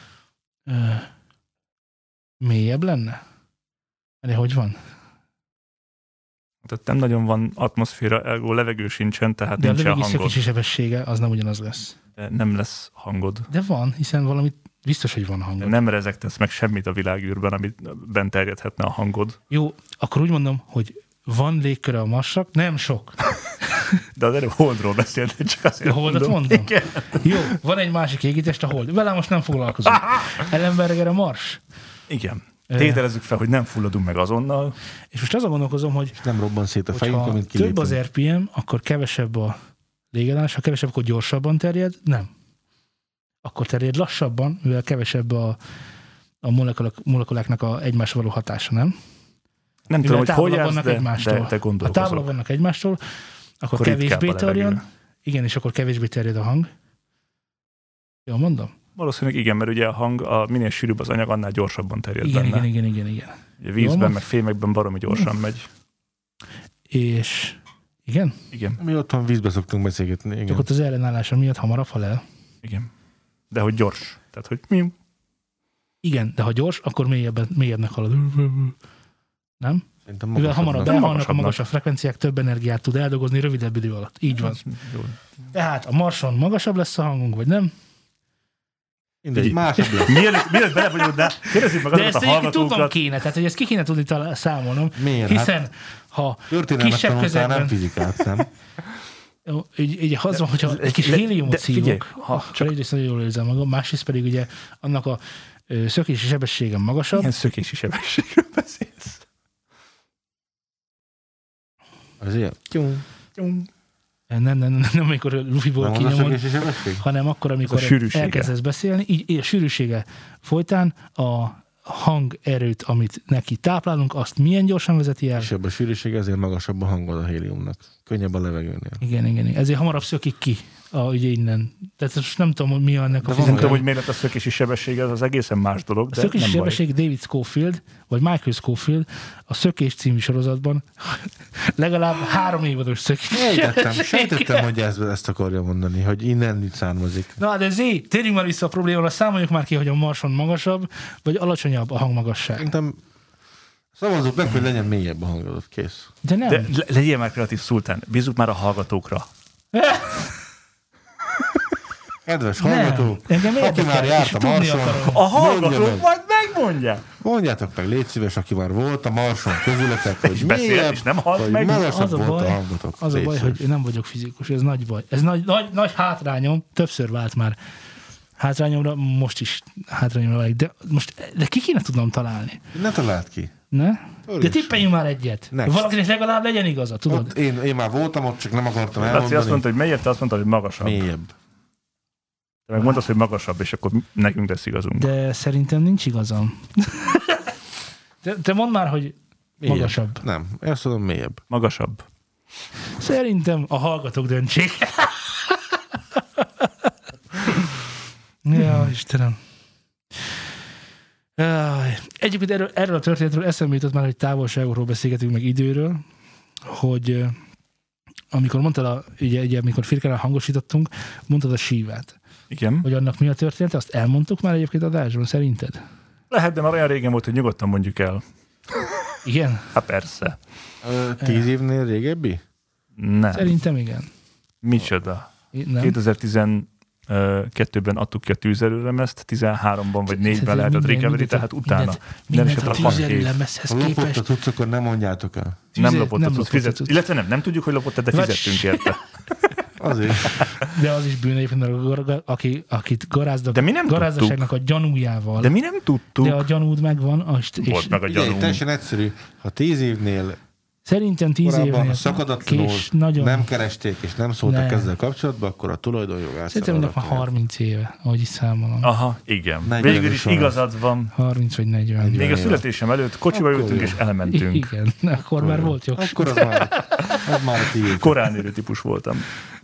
mélyebb lenne? De hogy van? Tehát nem nagyon van atmoszféra, ergo levegő sincsen, tehát de nincsen hangod. De a hangod. levegő sebessége az nem ugyanaz lesz. De nem lesz hangod. De van, hiszen valami biztos, hogy van hangod. De nem rezegtesz meg semmit a világűrben, amit bent terjedhetne a hangod. Jó, akkor úgy mondom, hogy van légköre a Marsnak, nem sok. De az előbb Holdról beszéltél, csak azért a Holdat mondom? Igen. Jó, van egy másik égitest, a Hold. Vele most nem foglalkozunk. Ellenberger a Mars. Igen. Tételezzük fel, hogy nem fulladunk meg azonnal. És most azon gondolkozom, hogy nem robban szét a fejünk, amint kilépünk. Több az RPM, akkor kevesebb a légállás, ha kevesebb, akkor gyorsabban terjed? Nem. Akkor terjed lassabban, mivel kevesebb a molekuláknak a egymásra való hatása, nem? Nem tudom, hogy hol jársz, de gondolkozok. Ha távolabb vannak egymástól, akkor kevésbé terjed. Igen, és akkor kevésbé terjed a hang. Jól mondom? Valószínűleg igen, mert ugye a hang, minél sűrűbb az anyag, annál gyorsabban terjed benne. Igen. Ugye vízben, meg fémekben baromi gyorsan megy. És igen? Igen. Mi otthon vízbe szoktunk beszélgetni. Igen. Csak ott az ellenállása miatt hamarabb hal el. Igen. De hogy gyors. Tehát, hogy igen, de ha gyors, akkor mélyebnek halad. Nem? Mivel hamarabb elhalnak a magasabb frekvenciák, több energiát tud eldolgozni rövidebb idő alatt. Így van. Tehát a Marson magasabb lesz a hangunk, vagy nem? Mindegy, másabb lesz. Mielőtt belebonyolod, de kérdezzük meg azokat a hallgatókat. Tudom kéne, tehát hogy ezt ki kéne tudni számolnom. Miért? Hiszen ha kisebb közegben... nem fizikát, nem? Így az van, hogyha egy kis héliumot szívok, akkor egyrészt nagyon jól érzem magam, másrészt pedig ugye annak a szökési sebességem magasabb. Milyen szökési sebességről beszélsz? Az ilyen? Nem, amikor Luffyból kinyomod, hanem akkor, amikor elkezdesz beszélni, így a sűrűsége folytán a hangerőt, amit neki táplálunk, azt milyen gyorsan vezeti el. És a sűrűség, ezért magasabb a hangod a héliumnak. Könnyebb a levegőnél. Igen. Ezért hamarabb szökik ki ugye innen. Tehát most nem tudom, hogy mi ennek a fizikai. Nem tudom, hogy miért lett a szökési sebesség, ez az egészen más dolog, de a szökési sebesség David Schofield, vagy Michael Schofield a Szökés című sorozatban legalább 3 évados szökés. Sejtettem, hogy ezt akarja mondani, hogy innen itt származik. Na, de térjünk már vissza a problémára, számoljuk már ki, hogy a Marson magasabb, vagy alacsonyabb a hangmagasság. Szerintem szavazzuk meg, hogy legyen mélyebb a hangodat, kész. De nem. De legyél már kreatív, Szultán. Bízzuk már a hallgatókra. Kedves hallgatók, aki már járt a Marson, a hallgatók majd megmondják. Mondjátok meg, légy szíves, aki már volt a Marson közületek, hogy mélyebb, és nem halt meg. Magasabb volt a hangotok. Az a baj, hogy nem vagyok fizikus, ez nagy baj. Ez nagy hátrányom, többször vált már hátrányomra, most is hátrányomra válik, de ki kéne tudnom találni? Ne találd ki. Ne? De tippeljünk már egyet. Next. Valakinek legalább legyen igaza, tudod? Ott én már voltam ott, csak nem akartam elmondani. Laci azt mondta, hogy mélyebb, te azt mondta, hogy magasabb. Mélyebb. Te meg mondasz, hogy magasabb, és akkor nekünk lesz igazunk. De szerintem nincs igazam. Te mondd már, hogy mélyebb. Magasabb. Nem, ezt mondom, mélyebb. Magasabb. Szerintem a hallgatók döntsék. Ja, Istenem. Egyébként erről a történetről eszembe jutott már, hogy távolságokról beszélgetünk, meg időről, hogy amikor mondtad, ugye amikor Firkára hangosítottunk, mondtad a sívát. Igen. Hogy annak mi a története, azt elmondtuk már egyébként adásban, szerinted? Lehet, de már olyan régen volt, hogy nyugodtan mondjuk el. Igen? Hát persze. 10 évnél régebbi? Nem. Szerintem igen. Micsoda? Nem. 2012-ben adtuk ki a tűzerőlemezt, 13-ban vagy 4-ben lehetett recovery, tehát utána. Nem is a tűzerőlemezhez képest. Lopott a tudsz, akkor nem mondjátok el. Nem lopott a tudsz, fizet. Illetve nem tudjuk, hogy lopott, de fizettünk érte. Azért. De az is bűn egyébként, akit garázdaságnak a gyanújával. De mi nem tudtuk. De a gyanúd megvan. Volt meg a gyanú. Teljesen egyszerű. Ha 10 évnél szerintem 10 évnél szakadatlanul nem keresték, és nem szóltak ezzel kapcsolatban, akkor a tulajdonjogát. Szerintem már 30 éve, ahogy is számolom. Aha, igen. Végül is igazad van. 30 vagy 40. Még a születésem előtt kocsiba ültünk és elmentünk. Igen, akkor már volt jogsor. Akkor az már a tiéd. Korán érő típus voltam.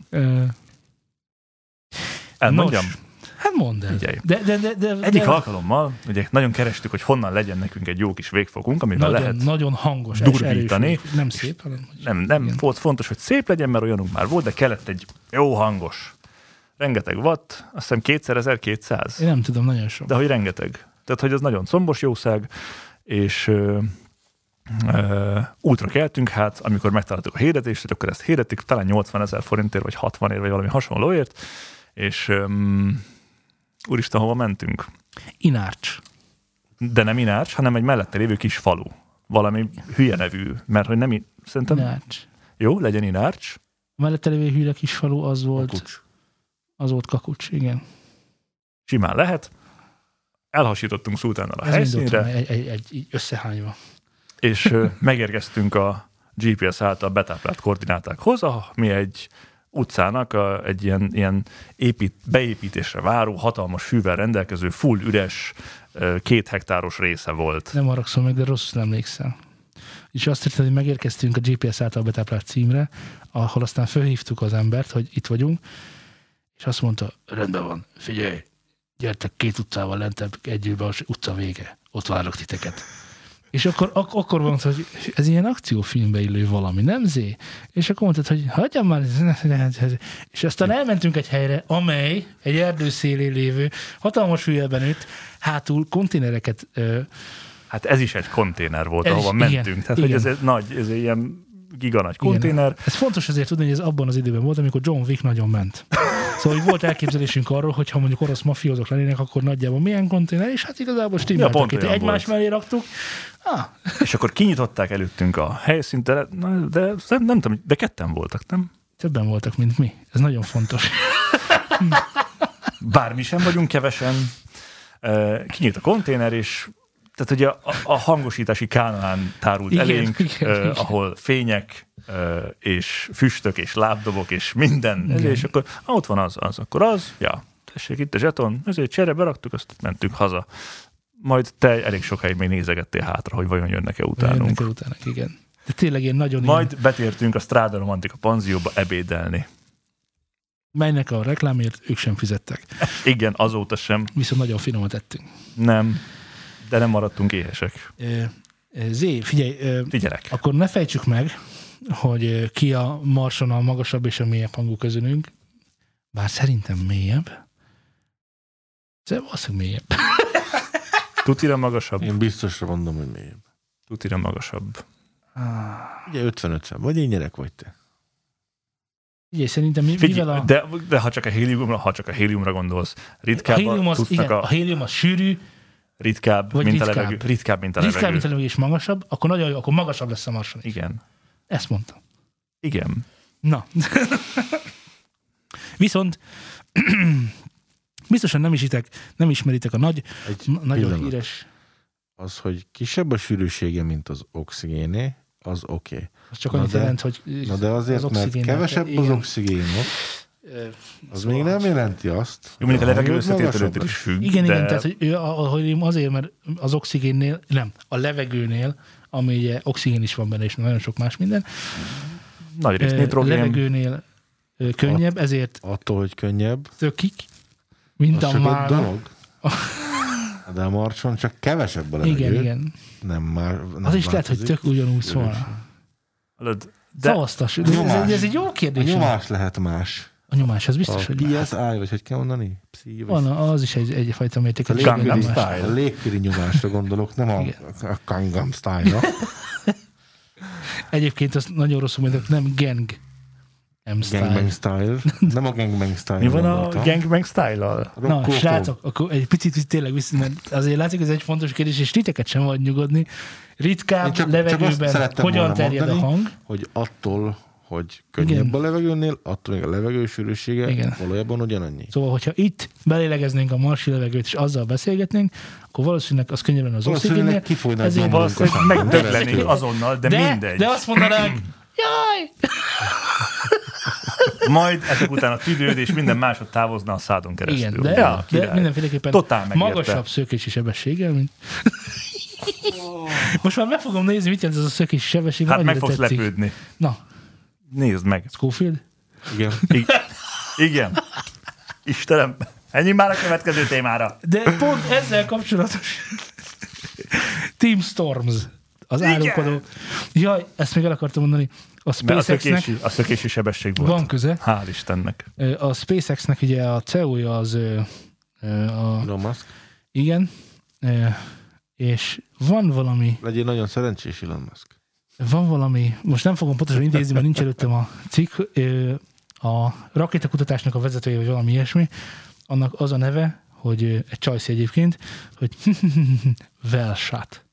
Elmondjam? Hát mondd el. De egyik alkalommal, ugye nagyon kerestük, hogy honnan legyen nekünk egy jó kis végfokunk, amivel lehet nagyon hangos, durvítani. Nem szép, hanem... Nem volt fontos, hogy szép legyen, mert olyanunk már volt, de kellett egy jó hangos. Rengeteg watt, azt hiszem 2200. Én nem tudom, nagyon sok. De hogy rengeteg. Tehát, hogy ez nagyon combos jószág, és útra keltünk, hát amikor megtaláltuk a hirdetést, akkor ezt hirdetik, talán 80 000 forintért, vagy 60 vagy valami hasonlóért, és úristen, hova mentünk? Inárcs. De nem Inárcs, hanem egy mellette lévő kis falu. Valami hülye nevű, mert hogy nem szerintem... Inárcs. Jó, legyen Inárcs. A mellette lévő hülye kis falu az volt... Kakucs. Az volt Kakucs, igen. Simán lehet. Elhasítottunk Szultánnal a helyszínre. Egy összehányva. És megérkeztünk a GPS által betáplált koordinátákhoz, mi egy utcának egy ilyen beépítésre váró, hatalmas fűvel rendelkező, full üres, 2 hektáros része volt. Nem haragszom meg, de rosszul emlékszel. És azt történt, hogy megérkeztünk a GPS által betáplált címre, ahol aztán felhívtuk az embert, hogy itt vagyunk, és azt mondta, rendben van, figyelj, gyertek 2 utcával lentebb, egyébben az utca vége, ott várok titeket. És akkor mondta, hogy ez ilyen akciófilmbe illő valami, nem zé? És akkor mondtad, hogy hagyjam már. És aztán elmentünk egy helyre, amely egy erdő szélén lévő, hatalmas fűjelben nőtt, hátul konténereket... Hát ez is egy konténer volt, ahova mentünk. Igen, tehát, hogy ez egy ilyen giganagy konténer. Ez fontos azért tudni, hogy ez abban az időben volt, amikor John Wick nagyon ment. Szóval hogy volt elképzelésünk arról, hogy ha mondjuk orosz mafiózok lennének, akkor nagyjából milyen konténer, és hát igazából stimmeltek itt. Egymás mellé raktuk. És akkor kinyitották előttünk a helyszínt, de nem tudom, de 2 voltak, nem? Többen voltak, mint mi. Ez nagyon fontos. Bármi sem vagyunk kevesen. Kinyílt a konténer, és tehát ugye a hangosítási Kánaán tárult elénk, ahol fények, és füstök, és lábdobok, és minden, és akkor ott van az, akkor az, ja, tessék itt a zseton, ezért csere beraktuk, azt mentünk haza. Majd te elég sokáig még nézegettél hátra, hogy vajon jönnek-e utánunk. Jönnek-e utánunk, igen. De tényleg én nagyon... Majd betértünk a Strada Romantika panzióba ebédelni. Melynek a reklámért ők sem fizettek. Igen, azóta sem. Viszont nagyon finomat ettünk. Nem, de nem maradtunk éhesek. Zé, figyelj, Figyelek. akkor ne fejtsük meg, hogy ki a Marson a magasabb és a mélyebb hangú közülünk. Bár szerintem mélyebb. Valószínűleg mélyebb. Tutira magasabb? Én biztosra mondom, hogy mélyebb. Tutira magasabb. Ugye 50-50, vagy én nyerek, vagy te. Figyelj, szerintem mivel a... De ha csak a héliumra gondolsz, ritkább a hélium az sűrű, ritkább, mint a levegő. Ritkább, mint a levegő és magasabb, akkor nagyon jó, akkor magasabb lesz a Marson is. Igen. Ezt mondtam. Igen. Na. Viszont biztosan nem ismeritek a nagyon híres... Az, hogy kisebb a sűrűsége, mint az oxigéné, az oké. Az csak annyit jelent, hogy na de azért, mert kevesebb az oxigénok, az még nem jelenti azt. Jó, mondjuk a levegő összetételőtől is függ. Igen, tehát hogy azért, mert az oxigénnél, nem, a levegőnél, ami ugye oxigén is van benne, és nagyon sok más minden. Nagy rész nitrogén. Levegőnél könnyebb, ezért attól, hogy könnyebb. Tökik, mint a már. Dolog. De a Marson csak kevesebb a levegő. Igen. Nem az is lehet, hogy tök ugyanúgy szól. Szavaztas. Ez egy jó kérdés. A nyomás lehet más. A nyomás, az biztos, hogy más. PSI, vagy hogy kell mondani? Van, az is egyfajta mérték. A légköri nyomásra gondolok, nem a Gangnam Style-ra. Egyébként azt nagyon rosszul mondok, nem Gangbang Style. Nem a Gangbang Style. Mi van a Gangbang Style-al? Na, srácok, akkor egy picit tényleg mert azért látszik, ez egy fontos kérdés, és titeket sem vagy nyugodni. Ritkább levegőben hogyan terjed a hang? Hogy attól, hogy könnyebb a levegőnél, attól még a levegő sűrűsége valójában ugyanannyi. Szóval, hogyha itt belélegeznénk a marsi levegőt, és azzal beszélgetnénk, akkor valószínűleg az könnyebb lenne az oxigénnél. Valószínűleg megdöglenék azonnal, de mindegy. De azt mondanánk, jaj! Majd ezek után a tüdőd és minden másod távozna a szádon keresztül. Igen, de mindenféleképpen magasabb szökési sebességgel, mint... Most már meg fogom nézni, mit jelent ez a szökési sebesség. Hát meg fogsz lepődni. Na. Nézd meg. Schofield? Igen. Igen. Istenem, ennyi már a következő témára. De pont ezzel kapcsolatos Team Storms, az árulkodó. Jaj, ezt még el akartam mondani. A SpaceX-nek... A szökési sebesség volt. Van köze. Hál' Istennek. A SpaceX-nek ugye a CEO-ja az... Elon Musk. Igen. És van valami... Legyél nagyon szerencsés, Elon Musk. Van valami, most nem fogom pontosan idézni, mert nincs előttem a cikk, a rakétakutatásnak a vezetője, vagy valami ilyesmi, annak az a neve, hogy egy csajszi egyébként, hogy well shot.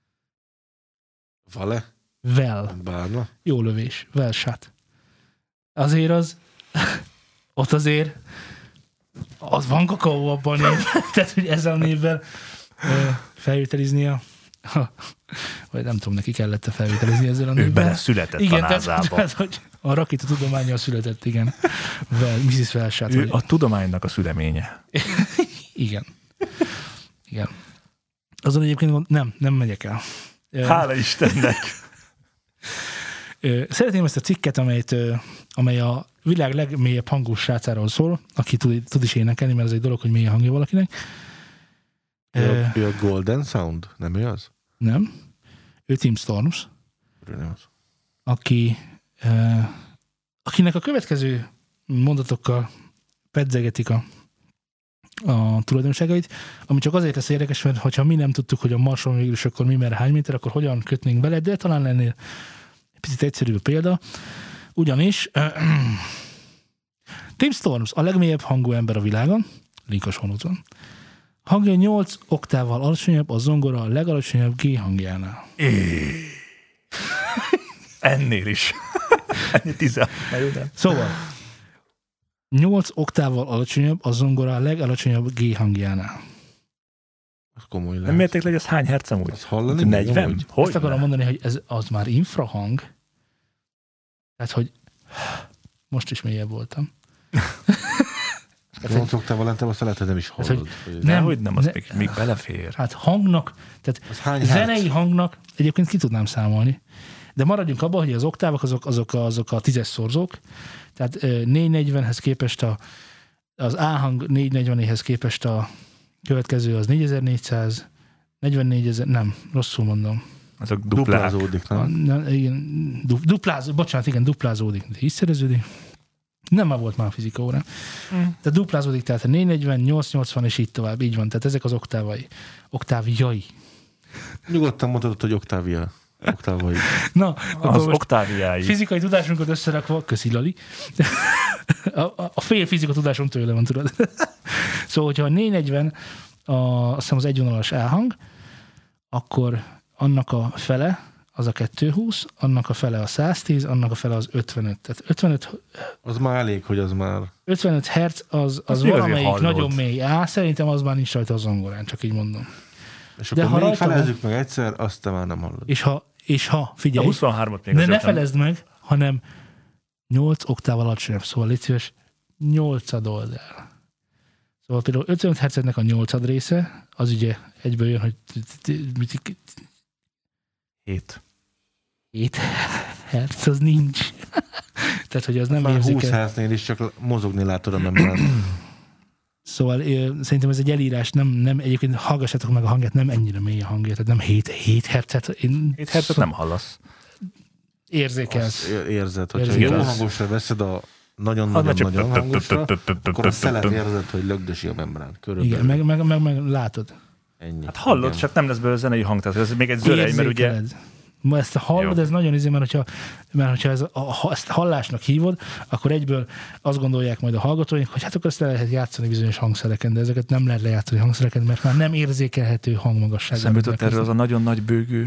Vale? Well. Bárna? Jó lövés. Well shot. Azért az, ott azért az van kakaó abban a név, tehát hogy ezzel a névvel felvételiznie vagy nem tudom, neki kellett felvételizni ezzel a névvel. Ő bele született igen, a názába. Tehát, hogy a rakéta tudományjal született, igen. Mrs. Felsát. Ő a tudománynak a szüleménye. Igen. Igen. Azon egyébként nem megyek el. Hála Istennek! Szeretném ezt a cikket, amely a világ legmélyebb hangú srácáról szól, aki tud is énekelni, mert ez egy dolog, hogy mély a hangja valakinek. Ő a Golden Sound, nem ő az? Nem. Ő Team Storms. Nem az. Akinek a következő mondatokkal pedzegetik a tulajdonságait, ami csak azért lesz érdekes, mert hogyha mi nem tudtuk, hogy a Marson végül is akkor mi merre hány méter, akkor hogyan kötnénk bele, de talán lennél egy picit egyszerűbb példa. Ugyanis Team Storms a legmélyebb hangú ember a világon, link a show notes-on. Hangja 8 oktával alacsonyabb, a zongora a legalacsonyabb G hangjánál. Ennél is. Ennyi 10. Szóval 8 oktával alacsonyabb, a zongora a legalacsonyabb G hangjánál. Az komoly lehet. Nem mérték le, hogy az hány herc amúgy? Az hallani? 40? Hogy Ezt akarom mondani, hogy az már infrahang. Tehát, hogy most is mélyebb voltam. 8 oktával lentebb, azt lehet, hogy nem is hallod. Nem, az még belefér. Hát hangnak, tehát zenei hangnak egyébként ki tudnám számolni. De maradjunk abban, hogy az oktávok azok a 10-es szorzók. Tehát 440-hez képest az A-hang 440-hez képest a következő az 4400, 44 000, nem, rosszul mondom. Azok duplázódik, nem? Igen, duplázódik, de hiszereződik. Nem már volt már a fizika órán. Tehát duplázódik, tehát a 440, 880 és így tovább, így van. Tehát ezek az oktávjai. Nyugodtan mondhatod, hogy oktávjai. Na, az oktáviái. Fizikai tudásunkat összerakva, köszi Lali. A fél fizika tudásom tőle van, tudod. Szóval, hogyha a 440 azt hiszem az egyvonalas elhang, akkor annak a fele az a 220, annak a fele a 110, annak a fele az 55. Tehát 55... Az már elég, hogy az már... 55 Hz az valamelyik nagyon mély. Szerintem az már nincs rajta a zongorán, csak így mondom. És akkor még felezzük meg egyszer, azt te már nem hallod. És ha figyelj, a 23-at még ne felezd meg, hanem 8 oktával alacsonyabb, szóval légy szíves, 8-ad oldal. Szóval például 55 Hz-nek a 8-ad része, az ugye egyből jön, hogy 7 Hz, az nincs. Tehát, hogy az nem érzékel. 20 Hz-nél is csak mozogni látod a membrán. Szóval szerintem ez egy elírás, nem egyébként hallgassátok meg a hangját, nem ennyire mély a hangja, tehát nem 7 Hz-et. 7 Hz-et nem hallasz. Érzékelsz. Érzed, hogyha jó hangosra veszed a nagyon-nagyon hangosra, akkor a szelet érzed, hogy lögdösi a membrán. Igen, meg látod. Ennyi. Hát hallod, csak nem lesz belőle zenei hang, tehát ez még egy zörej, mert ugye... Ezt a hallod, ez nagyon izé, mert hogyha ezt hallásnak hívod, akkor egyből azt gondolják majd a hallgatóink, hogy hát akkor ezt le lehet játszani bizonyos hangszereken, de ezeket nem lehet lejátszani hangszereken, mert már nem érzékelhető hangmagasság. Szemültött erről az a nagyon nagy bőgű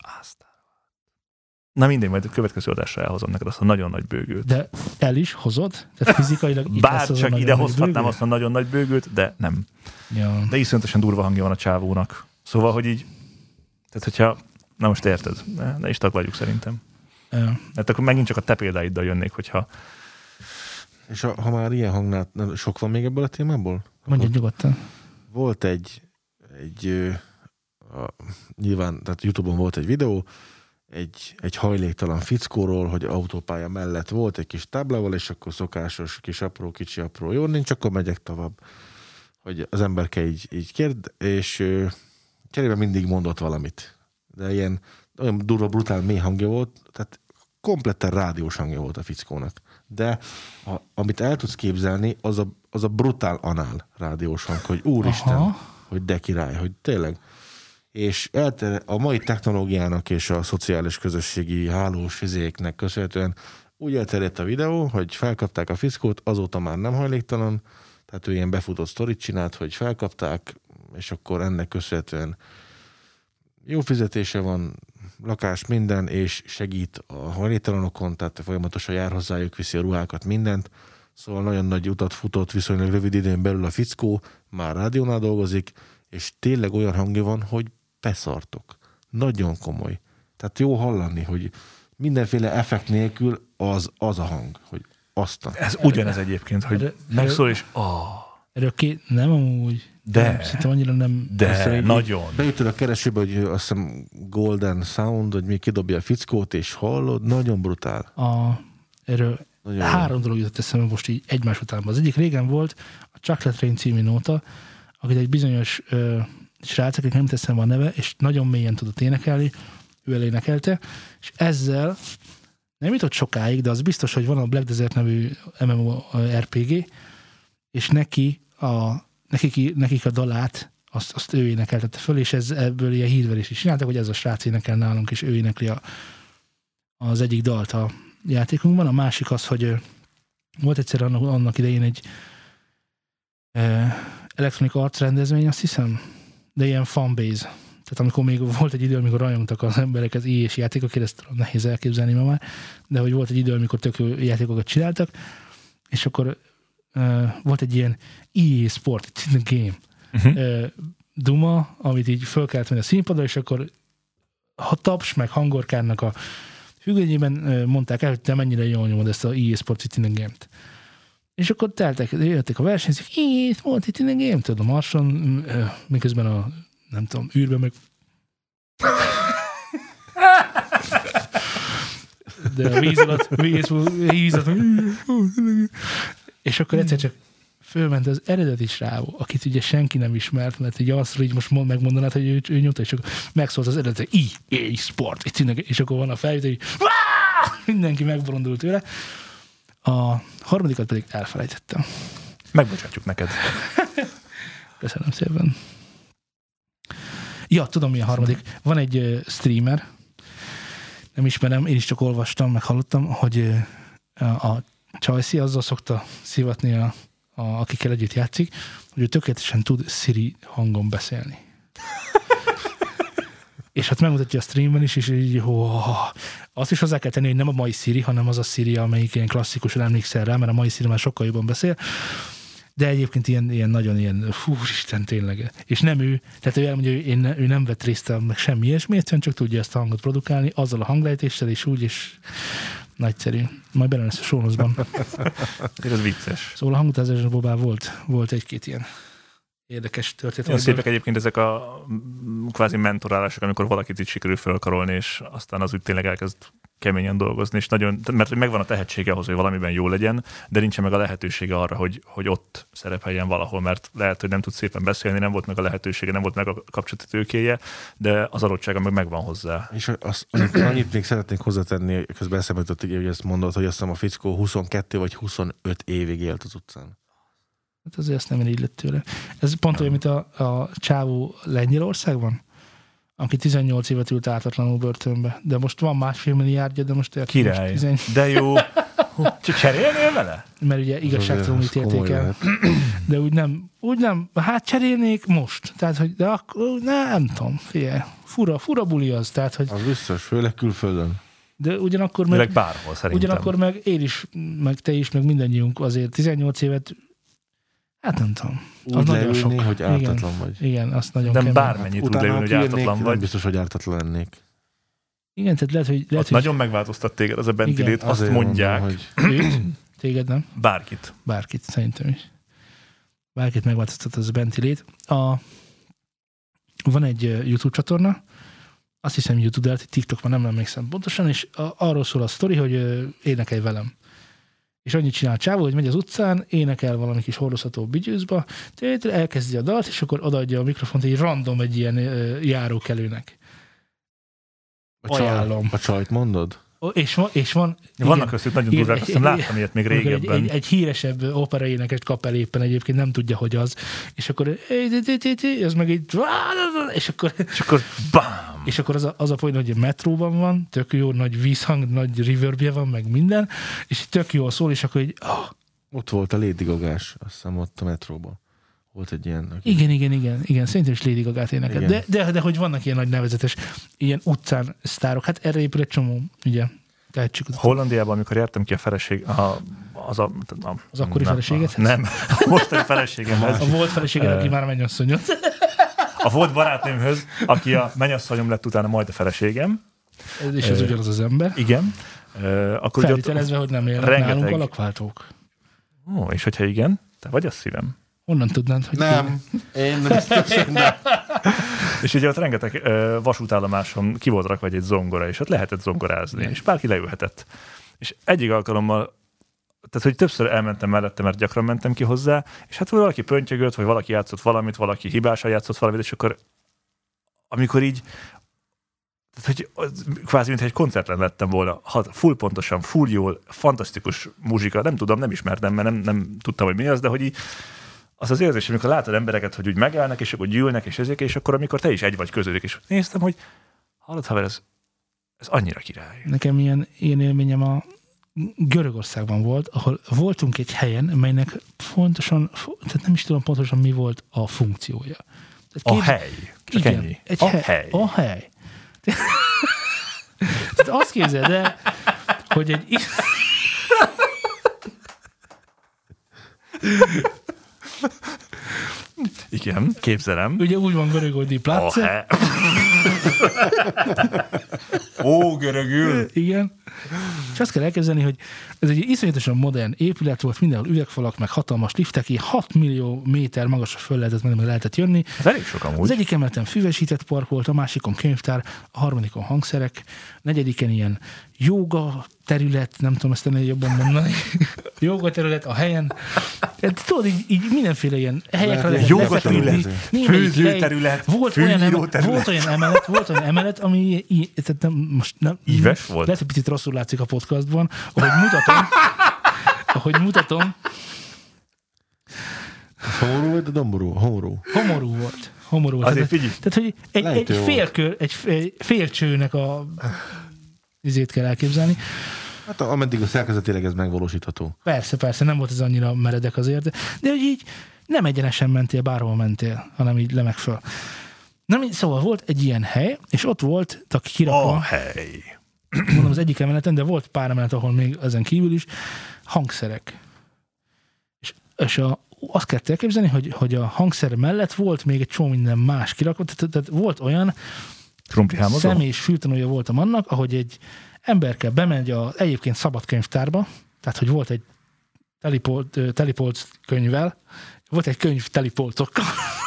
Na mindegy, majd a következő adásra elhozom neked azt a nagyon nagy bőgőt. De el is hozod? Tehát fizikailag bár csak ide hozhatnám azt a nagyon nagy bőgőt, de nem. Ja. De iszonyatosan durva hangja van a csávónak. Szóval, hogy így, tehát hogyha, na most érted, ne is taglaljuk szerintem. Ja. Mert akkor megint csak a te példáiddal jönnék, hogyha... És ha már ilyen hangnál, sok van még ebből a témából? Mondja nyugodtan. Volt nyilván, tehát YouTube-on volt egy videó, egy hajléktalan fickóról, hogy autópálya mellett volt egy kis táblával, és akkor szokásos kis apró, jó, nincs, akkor megyek tovább. Hogy az emberke így kérd, és cserébe mindig mondott valamit. De olyan durva, brutál mély hangja volt, tehát kompletten rádiós hangja volt a fickónak. De amit el tudsz képzelni, az a brutál anál rádiós hang, hogy úristen, aha, hogy de király, hogy tényleg. És a mai technológiának és a szociális közösségi hálós fizéknek köszönhetően úgy elterjedt a videó, hogy felkapták a fickót, azóta már nem hajléktalan, tehát ő ilyen befutott sztorit csinált, hogy felkapták, és akkor ennek köszönhetően jó fizetése van, lakás, minden, és segít a hajléktalanokon, tehát folyamatosan jár hozzájuk, viszi a ruhákat, mindent. Szóval nagyon nagy utat futott viszonylag rövid időn belül a fickó, már rádiónál dolgozik, és tényleg olyan hangja van, hogy beszartok. Nagyon komoly. Tehát jó hallani, hogy mindenféle effekt nélkül az a hang, hogy aztán. Ez ugyanez egyébként, hogy megszól és Erről nem amúgy. De. Szerintem annyira nem. De, nagyon. Beütöd a keresőbe, hogy azt hiszem Golden Sound, hogy még kidobja a fickót, és hallod, nagyon brutál. Erről nagyon 3 dolog jutott eszembe most így egymás után. Az egyik régen volt a Chocolate Rain című nóta, akit egy bizonyos srác, akik nem teszem a neve, és nagyon mélyen tudott énekelni, ő elénekelte, és ezzel nem jutott sokáig, de az biztos, hogy van a Black Desert nevű MMORPG, és nekik a dalát, azt ő énekeltette föl, és ebből ilyen hírverést is csináltak, hogy ez a srác énekel nálunk, és ő énekli az egyik dalt a játékunkban. A másik az, hogy volt egyszer annak idején egy Electronic Arts rendezvény, azt hiszem, de ilyen fanbase. Tehát amikor még volt egy idő, amikor rajongtak az emberek az EA-s játékokért, ezt nehéz elképzelni ma már, de hogy volt egy idő, amikor tök jó játékokat csináltak, és akkor volt egy ilyen EA Sport, it's in the game duma, amit így föl kellett venni a színpadra, és akkor a taps meg hangorkárnak a függvényében mondták el, hogy te mennyire jól nyomod ezt a EA Sports It in the Game-t. És akkor jöttek a versenyzők, EA Sports It in the Game, tudod, a Marson, miközben a, nem tudom, űrben meg... De a víz alatt, és akkor egyszer csak fölment az eredeti srávó, akit ugye senki nem ismert, mert ugye azt, hogy most megmondanád, hogy ő nyomta, és akkor megszólt az eredeti EA Sport, és akkor van a felvétel, hogy mindenki megbolondult tőle. A harmadikat pedig elfelejtettem. Megbocsátjuk neked. Köszönöm szépen. Ja, tudom mi a harmadik. Van egy streamer, nem ismerem, én is csak olvastam, meg hallottam, hogy a Csajci azzal szokta szivatni akikkel együtt játszik, hogy ő tökéletesen tud Siri hangon beszélni. És hát megmutatja a streamben is, és így, azt is hozzá kell tenni, hogy nem a mai Siri, hanem az a Siri, amelyik ilyen klasszikusan emlékszel rá, mert a mai Siri már sokkal jobban beszél, de egyébként ilyen nagyon ilyen, Isten tényleg. És nem ő, tehát ő elmondja, hogy ő nem vett részt meg semmi ilyesmi, egyszerűen csak tudja ezt a hangot produkálni, azzal a hanglejtéssel, és úgy, és nagyszerű. Majd bele lesz a sónuszban. Ez vicces. Szóval a hangutázásban volt egy-két ilyen érdekes történet. Nagyon szépek egyébként ezek a kvázi mentorálások, amikor valakit így sikerül fölkarolni, és aztán az úgy tényleg elkezd keményen dolgozni, és nagyon, mert megvan a tehetsége ahhoz, hogy valamiben jó legyen, de nincsen meg a lehetősége arra, hogy ott szerepeljen valahol, mert lehet, hogy nem tud szépen beszélni, nem volt meg a lehetősége, nem volt meg a kapcsolati tőkéje, de az adottsága meg megvan hozzá. És annyit még szeretnék hozzátenni, közben eszembe jutott, hogy ezt mondod, hogy azt hiszem a fickó 22 vagy 25 évig élt az utcán. Hát azért ezt nem irigylett tőle. Ez pont olyan, mint a csávó Lengyelországban, aki 18 évet ült ártatlanul börtönbe. De most van 1,5 milliárdja, de most király. De jó. Csak cserélnél vele? Mert ugye igazságtalanul ítélték el. De úgy nem, hát cserélnék most. Tehát, hogy de akkor, nem tudom, figyelj. Fura buli az. Tehát, hogy... Az biztos, főleg külföldön. De ugyanakkor meg... bárhol szerintem. Ugyanakkor meg én is, meg te is, meg mindannyiunk azért 18 évet. Hát nem tudom. Úgy leülni, hogy ártatlan vagy. Igen, azt nagyon kemény. Bármennyit úgy leülni, hogy ártatlan vagy. Nem biztos, hogy ártatlan lennék. Igen, tehát lehet, hogy nagyon megváltoztat téged az a bentilét, azt mondják. Mondom, hogy... Őt? Téged nem? Bárkit, szerintem is. Bárkit megváltoztat az a bentilét. Van egy YouTube csatorna, azt hiszem YouTube, de TikTok már nem emlékszem pontosan, és arról szól a sztori, hogy énekelj velem. És annyit csinál csávó, hogy megy az utcán, énekel valami kis hordozható bigyűzba, elkezdi a dalt, és akkor odaadja a mikrofont egy random egy ilyen járókelőnek. Ajánlom. A csajt mondod? És van... Vannak köztük nagyon durvák, azt hiszem láttam ilyet még régebben. Egy híresebb operaénekest kap el éppen, egyébként nem tudja, hogy az. És akkor ez meg így... És akkor bám! És akkor az a point, hogy a metróban van, tök jó, nagy vízhang, nagy reverbje van, meg minden, és tök jól szól, és akkor így... Ott volt a Lady Gagás, azt hiszem ott a metróban. Volt egy ilyen... Igen, szerintem is Lady Gagát énekel. De hogy vannak ilyen nagy nevezetes, ilyen utcán sztárok, hát erre épül egy csomó, ugye, tehetségük. Hollandiában, amikor jártam ki a feleség, az akkori feleséget? Nem, mostani feleségemhez. A volt feleséged, aki már mennyasszonyod. A volt barátnőmhöz, aki a mennyasszonyom lett utána majd a feleségem. És ez ugyanaz az ember. Igen. Akkor felvitelezve, hogy nem élnek nálunk a lakváltók. Ó, és hogyha igen, te vagy a szívem. Honnan tudnád, hogy nem. Én biztosan nem. És ugye ott rengeteg vasútállomáson ki volt rakva egy zongora, és ott lehetett zongorázni, és bárki leülhetett. És egyik alkalommal, tehát hogy többször elmentem mellette, mert gyakran mentem ki hozzá, és hát valaki pöntjögött, vagy valaki játszott valamit, valaki hibásan játszott valamit, és akkor amikor így, tehát hogy kvázi, mintha egy koncerten lettem volna, full pontosan, full jól, fantasztikus muzsika, nem tudom, nem ismertem, mert nem tudtam, hogy mi az, de hogy így az érzés, amikor látod embereket, hogy úgy megállnak, és akkor gyűlnek, és akkor amikor te is egy vagy közülük, és néztem, hogy hallod, haver, ez annyira király. Nekem ilyen élményem a Görögországban volt, ahol voltunk egy helyen, melynek pontosan, tehát nem is tudom pontosan mi volt a funkciója. Tehát a hely. Csak igen, ennyi. Hely. A hely. Tehát azt képzeld el, hogy egy... Igen, képzelem. Ugye úgy van görög, hogy die Platze. Ó, görögül. Igen. És azt kell elképzelni, hogy ez egy iszonyatosan modern épület volt, mindenhol üvegfalak, meg hatalmas liftek, 6 millió méter magasra föl lehetett menni, meg lehetett jönni. Ez elég sok amúgy. Az egyik emeleten füvesített park volt, a másikon könyvtár, a harmadikon hangszerek, a negyediken ilyen jóga terület, nem tudom ezt ennél jobban mondani, jóga terület a helyen. Tudod, így mindenféle ilyen helyekre lehet jóga terület, főzőterület, volt olyan emelet, ami tehát most nem, íves volt. Lehet, hogy picit rosszul látszik a podcastban, ahogy mutatom. Homorú vagy a domború? Homorú volt. Azért figyelj. Tehát, hogy egy félcsőnek a izét kell elképzelni. Hát ameddig a szerkezetileg ez megvalósítható. Persze, nem volt ez annyira meredek azért, de hogy így nem egyenesen mentél, bárhol mentél, hanem így le meg föl. Szóval volt egy ilyen hely, és ott volt kirakva. A hely. Mondom, az egyik emeleten, de volt pár emelet, ahol még ezen kívül is hangszerek. És azt kellett elképzelni, hogy a hangszer mellett volt még egy csomó minden más kirakva, tehát volt olyan személyes fültanúja voltam annak, ahogy egy emberke bemegy az egyébként szabad könyvtárba, tehát hogy volt egy telipolc könyvvel, volt egy könyv telipolcokkal,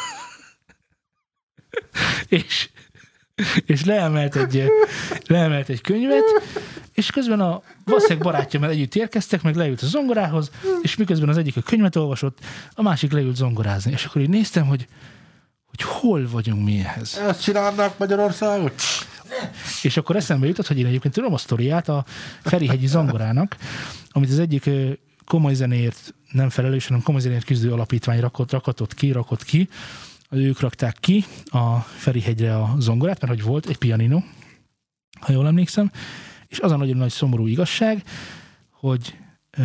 és leemelt egy könyvet, és közben valószínűleg barátjával együtt érkeztek, meg leült a zongorához, és miközben az egyik a könyvet olvasott, a másik leült zongorázni. És akkor így néztem, hogy hol vagyunk mi ehhez. Ezt csinálnak Magyarországot? És akkor eszembe jutott, hogy én egyébként tudom a sztoriát a Ferihegyi zongorának, amit az egyik komoly zenéért nem felelős, hanem komoly zenéért küzdő alapítvány rakott ki. Ők rakták ki a Ferihegyre a zongorát, mert hogy volt egy pianino, ha jól emlékszem, és az a nagyon nagy szomorú igazság, hogy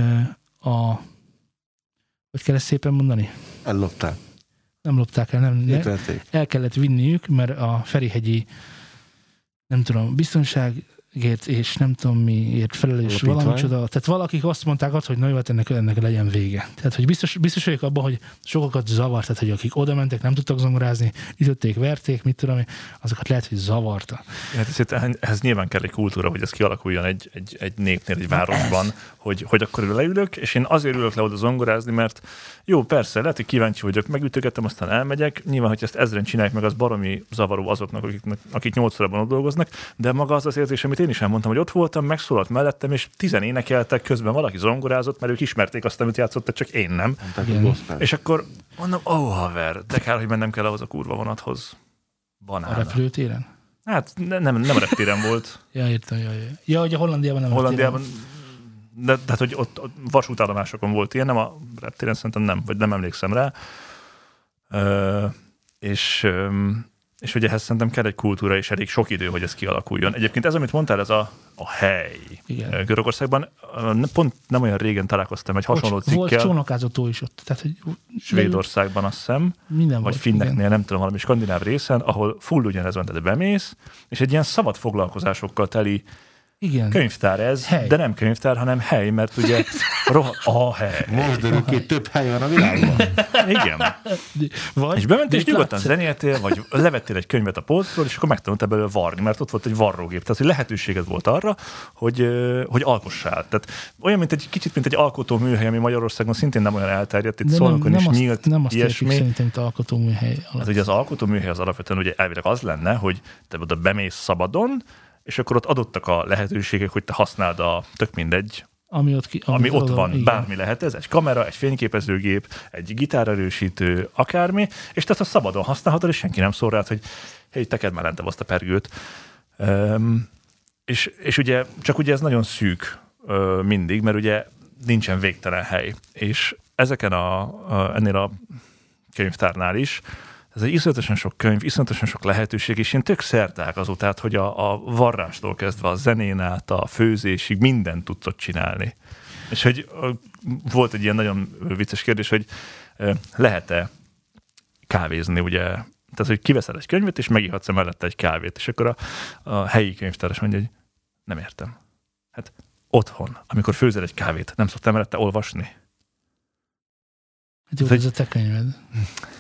hogy kell ezt szépen mondani? Ellopták. Nem lopták el, el kellett vinniük, mert a Ferihegyi, nem tudom, biztonságért és nem tudom miért felelős valamicsoda. Tehát valakik azt mondták, hogy na jó, hát ennek legyen vége. Tehát, hogy biztos vagyok abban, hogy sokakat zavart, tehát, hogy akik oda mentek, nem tudtak zongorázni, ütötték, verték, mit tudom, azokat lehet, hogy zavarta. Hát ehhez nyilván kell egy kultúra, hogy ez kialakuljon egy népnél, egy városban, hogy akkor leülök, és én azért ülök le oda zongorázni, mert jó, persze, lehet, hogy kíváncsi vagyok, megütögetem, aztán elmegyek. Nyilván, hogy ezt ezren csinálják meg, az baromi zavaró azoknak, akik 8 órában ott dolgoznak, de maga az érzés, amit én is elmondtam, hogy ott voltam, megszólalt mellettem, és 10 énekeltek, közben valaki zongorázott, mert ők ismerték azt, amit játszottak, csak én nem. És akkor mondom, haver, de kár, hogy mennem kell ahhoz a kurva vonathoz. Banán. A repülőtéren? Hát nem a reptéren volt. Ja, értem, ja, hogy a Hollandiában nem. Hollandiában, de hogy ott vasútállomásokon volt ilyen, nem a reptéren szerintem nem, vagy nem emlékszem rá. És ugye ehhez szerintem kell egy kultúra, és elég sok idő, hogy ez kialakuljon. Egyébként ez, amit mondtál, ez a hely. Igen. Görögországban pont nem olyan régen találkoztam egy hasonló cikkel. Volt csónakázató is ott. Tehát, hogy Svédországban, azt hiszem, vagy finneknél, nem tudom, valami skandináv részen, ahol full ugyanez van, tehát bemész, és egy ilyen szabad foglalkozásokkal teli könyvtár ez, hely. De nem könyvtár, hanem hely, mert ugye a hely. Most derül ki, több hely van a világban. Igen. És bementél, és nyugodtan zenéltél, vagy levettél egy könyvet a polcról, és akkor megtanultál belőle varni, mert ott volt egy varrógép. Tehát, hogy lehetőséged volt arra, hogy alkossál. Tehát olyan, kicsit, mint egy alkotóműhely, ami Magyarországon szintén nem olyan elterjedt, itt Szolnokon is nyílt nem azt ilyesmi. Szerintem, mint alkotóműhely. Hát ugye az alkotóműhely az alapvetően ugye elvileg az lenne, hogy te oda bemész szabadon, és akkor ott adottak a lehetőségek, hogy te használd a tök mindegy, ami ott van, igen. Bármi lehet ez, egy kamera, egy fényképezőgép, egy gitárerősítő, akármi, és te azt szabadon használhatod, és senki nem szól rád, hogy hé, tekerd már lentebb azt a pergőt. És ugye, csak ugye ez nagyon szűk mindig, mert ugye nincsen végtelen hely. És ezeken ennél a könyvtárnál is, ez egy iszonyatosan sok könyv, iszonyatosan sok lehetőség, és én tök szertágazó, tehát hogy a varrástól kezdve a zenén át, a főzésig mindent tudsz ott csinálni. És hogy volt egy ilyen nagyon vicces kérdés, hogy lehet-e kávézni, ugye, tehát hogy kiveszel egy könyvet, és megihatsz mellette egy kávét, és akkor a helyi könyvtáros mondja, hogy nem értem. Hát otthon, amikor főzel egy kávét, nem szoktál mellette olvasni? Hát jó, ez a te könyved.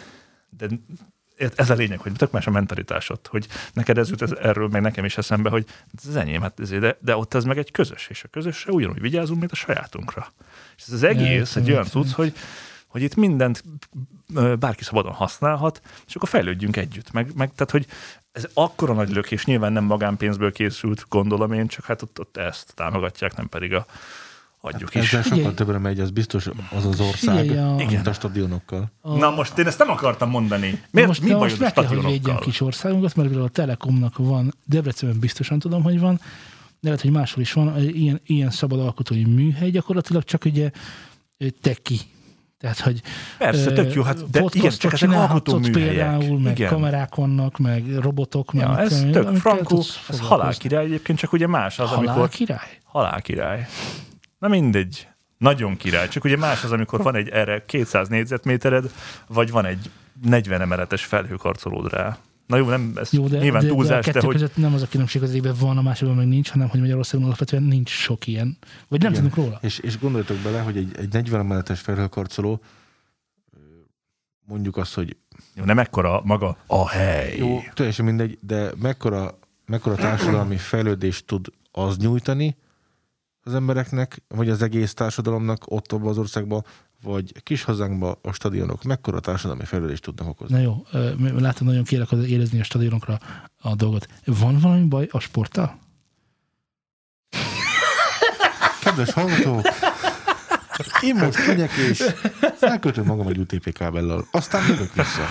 De ez a lényeg, hogy tök más a mentalitásod, hogy neked ez jut erről, meg nekem is eszembe, hogy ez az enyém, hát de ott ez meg egy közös, és a közösre ugyanúgy vigyázunk, mint a sajátunkra. És ez az egész egy olyan cucc, hogy itt mindent bárki szabadon használhat, és akkor fejlődjünk együtt. Meg tehát, hogy ez akkora nagy lökés, nyilván nem magánpénzből készült, gondolom én, csak hát ott ezt támogatják, nem pedig adjuk is. Ezzel sokkal többre megy, az biztos az ország, mint a stadionokkal. Na most én ezt nem akartam mondani. Miért? Mi bajod a meg kell, hogy védjem stadionokkal? kis országunkat, mert például a Telekomnak van, Debrecenben biztosan tudom, hogy van, de lehet, hogy máshol is van ilyen szabad alkotói műhely gyakorlatilag, csak ugye teki. Tehát, hogy persze, tök jó, hát de igen, csak ezek alkotó műhelyek. Például, meg igen. kamerák vannak, meg robotok. Ja, meg ez tök frankó, ez halálkirály egyébként, csak ugye más az, amikor... Halálkirály? Halálkirály. Na mindegy. Nagyon király. Csak ugye más az, amikor van egy erre 200 négyzetmétered, vagy van egy 40 emeletes felhőkarcolód rá. Na jó, nem, ez jó, nyilván túlzás, de hogy... között nem az a különbség, az egyikben van, a másikban meg nincs, hanem hogy Magyarországon alapvetően nincs sok ilyen. Vagy nem tudunk róla. És gondoljatok bele, hogy egy 40 emeletes felhőkarcoló, mondjuk azt, hogy... Jó, nem ekkora maga a hely. Jó, teljesen mindegy, de mekkora társadalmi fejlődést tud az nyújtani az embereknek, vagy az egész társadalomnak ott abban az országban, vagy kis hazánkban a stadionok mekkora társadalmi fejlődést tudnak okozni. Na jó, látom, nagyon kérlek érezni a stadionokra a dolgot. Van valami baj a sporttal? Kedves hallgatók, én most megyek, és felkötöm magam egy UTP kábellal, aztán jövök vissza.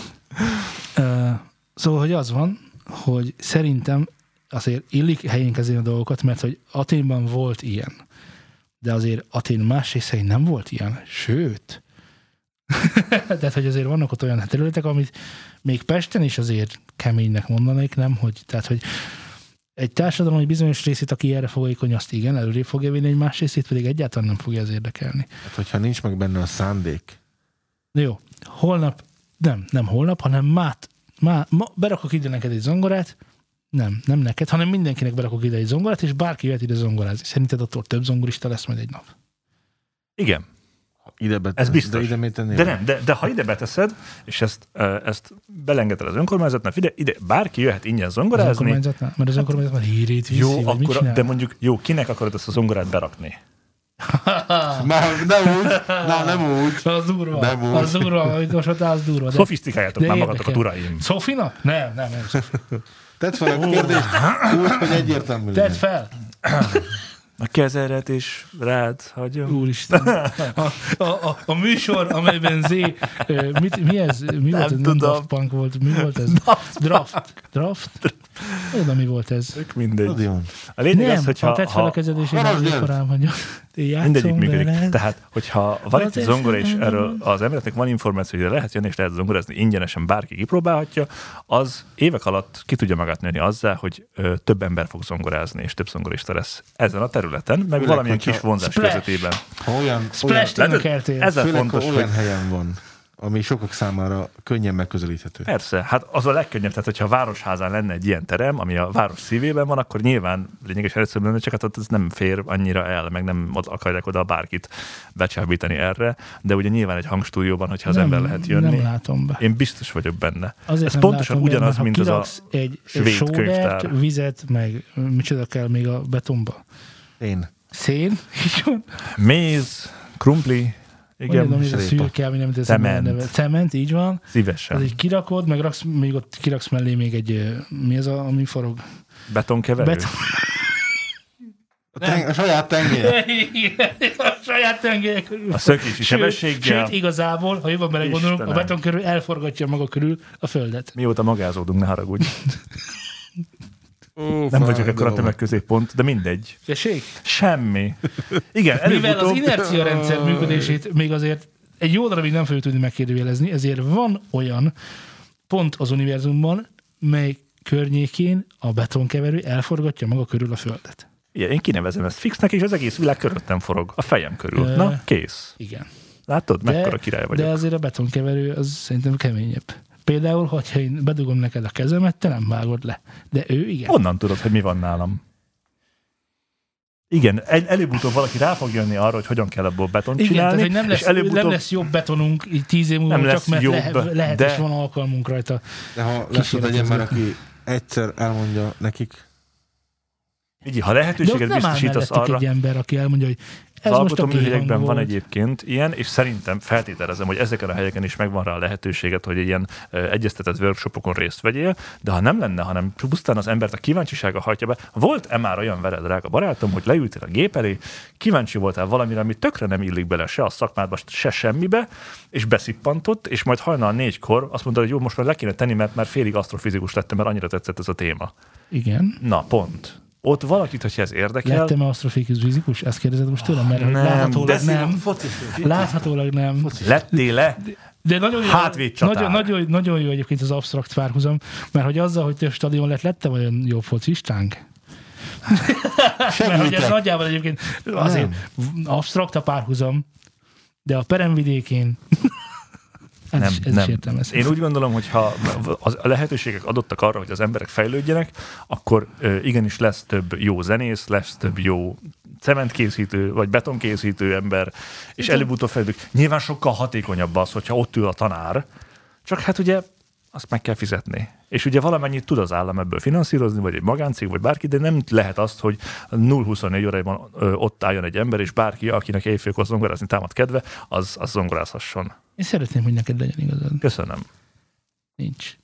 Szóval, hogy az van, hogy szerintem azért illik helyén kezelni a dolgokat, mert hogy Athénban volt ilyen. De azért Athén más részein nem volt ilyen. Sőt. Tehát, hogy azért vannak ott olyan területek, amit még Pesten is azért keménynek mondanék, nem? Hogy, tehát, hogy egy társadalom, egy bizonyos részét, aki erre fogékony, azt igen, előrébb fogja vinni, egy más részét pedig egyáltalán nem fogja az érdekelni. Hát, hogyha nincs meg benne a szándék. Na jó, holnap, nem holnap, hanem ma berakok ide neked egy zongorát, nem neked, hanem mindenkinek berakok ide egy zongorát, és bárki jöhet ide zongorázni. Szerinted attól több zongorista lesz majd egy nap? Igen. Ez biztos. De ha ide beteszed, és ezt belengeded az önkormányzatnak, ide bárki jöhet ingyen zongorázni. Az önkormányzatnál? Mert az önkormányzat már hírét viszi, jó, akkor, de mondjuk, jó, kinek akarod ezt a zongorát berakni? Nem úgy. Az durva. Az durva, amit most ott állsz durva. Szofisztikáljátok már magatokat, uraim. Szofina? Nem. Tedd fel a kérdést úgy, hogy egyértelmű. Tedd fel. A kezeret is rád hagyom. Úristen. A műsor, amelyben mi ez? Mi volt ez? Nem Daft Punk volt. Mi volt ez? Draft? Oda mi volt ez? Tök mindegy. A lényeg az, hogyha... Tedd fel a kezed, és én korán vagyok. Mindegyik működik. Tehát, hogyha van itt egy zongora, és erről az embereknek van információ, hogy lehet jönni, és lehet zongorázni ingyenesen, bárki kipróbálhatja, az évek alatt ki tudja magát nőni azzal, hogy több ember fog zongorázni, és több zongorista lesz ezen a területen, meg valamilyen kis vonzás közvetében. Ez fontos, olyan helyen van, ami sokak számára könnyen megközelíthető. Persze, hát az a legkönnyebb, tehát hogyha a városházán lenne egy ilyen terem, ami a város szívében van, akkor nyilván lényegesen egyszerűbb lenne, csak hát ez nem fér annyira el, meg nem akarják oda bárkit becsábítani erre, de ugye nyilván egy hangstúdióban, hogyha az ember lehet jönni. Nem látom be. Én biztos vagyok benne. Azért ez pontosan ugyanaz, be, mint az a egy svéd könyvtár. Vizet, meg micsoda kell még a betonba? Szén? Méz, krumpli, igen, olyan, a szürke, ami nem cement, így van. Szívesen. Az így kirakod, meg még ott kiraksz mellé még egy, mi az, ami forog? Betonkeverő? A saját tengelyek. A saját tengelyek körül. A szökési sebességgel. Sőt, igazából, ha jobban belegondolunk, a betonkerül elforgatja maga körül a földet. Mióta magázódunk, ne haragudj. Nem vagyok ekkora tömegközéppont, de mindegy. Tessék? Semmi. Igen, mivel az inercia rendszer működését még azért egy jó darabig nem fogjuk tudni megkérdőjelezni, ezért van olyan pont az univerzumban, mely környékén a betonkeverő elforgatja maga körül a Földet. Igen, én kinevezem ezt fixnek, és az egész világ körülöttem forog. A fejem körül. Na, kész. Igen. Látod, mekkora király vagyok. De azért a betonkeverő az szerintem keményebb. Például, hogyha én bedugom neked a kezemet, te nem vágod le. De ő igen. Honnan tudod, hogy mi van nálam? Igen, előbb-utóbb valaki rá fog jönni arra, hogy hogyan kell abból betont csinálni. Igen, tehát, hogy nem lesz jobb betonunk így 10 év múlva, csak mert lehet és van alkalmunk rajta. De ha lesz ott egy ember, aki egyszer elmondja nekik. Így, ha lehetőséget biztosítasz arra... egy ember, aki elmondja, hogy ez az most a alkotóműhelyekben van egyébként ilyen, és szerintem feltételezem, hogy ezeken a helyeken is megvan rá a lehetőséget, hogy ilyen egyeztetett workshopokon részt vegyél, de ha nem lenne, hanem pusztán az embert a kíváncsisága hajtja be. Volt-e már olyan veled, drága barátom, hogy leültél a gép elé, kíváncsi voltál valamire, ami tökre nem illik bele se a szakmádba, se semmibe, és beszippantott, és majd hajnal 4-kor azt mondta, hogy jó, most már le kéne tenni, mert már félig asztrofizikus lettem, mert annyira tetszett ez a téma. Igen. Na, pont. Ott valakit, hogyha ez érdekel... Lettem asztrofizikus? Ezt kérdezed most tőlem? Mert láthatólag nem. Láthatólag nem. Lettél-e? De nagyon jó egyébként az absztrakt párhuzam, mert hogy azzal, hogy több stadion lettem olyan jó focistánk? Mert hogy ez nagyjából egyébként azért absztrakt a párhuzam, de a peremvidékén... Nem. Én úgy gondolom, hogy ha a lehetőségek adottak arra, hogy az emberek fejlődjenek, akkor igenis lesz több jó zenész, lesz több jó cementkészítő, vagy betonkészítő ember, és előbb-utóbb fejlődik. Nyilván sokkal hatékonyabb az, hogyha ott ül a tanár, csak hát ugye azt meg kell fizetni. És ugye valamennyit tud az állam ebből finanszírozni, vagy egy magáncég, vagy bárki, de nem lehet azt, hogy 0-24 órában ott álljon egy ember, és bárki, akinek éjfélkor zongorázni támad kedve, az zongorázhasson. Én szeretném, hogy neked legyen igazad. Köszönöm. Nincs.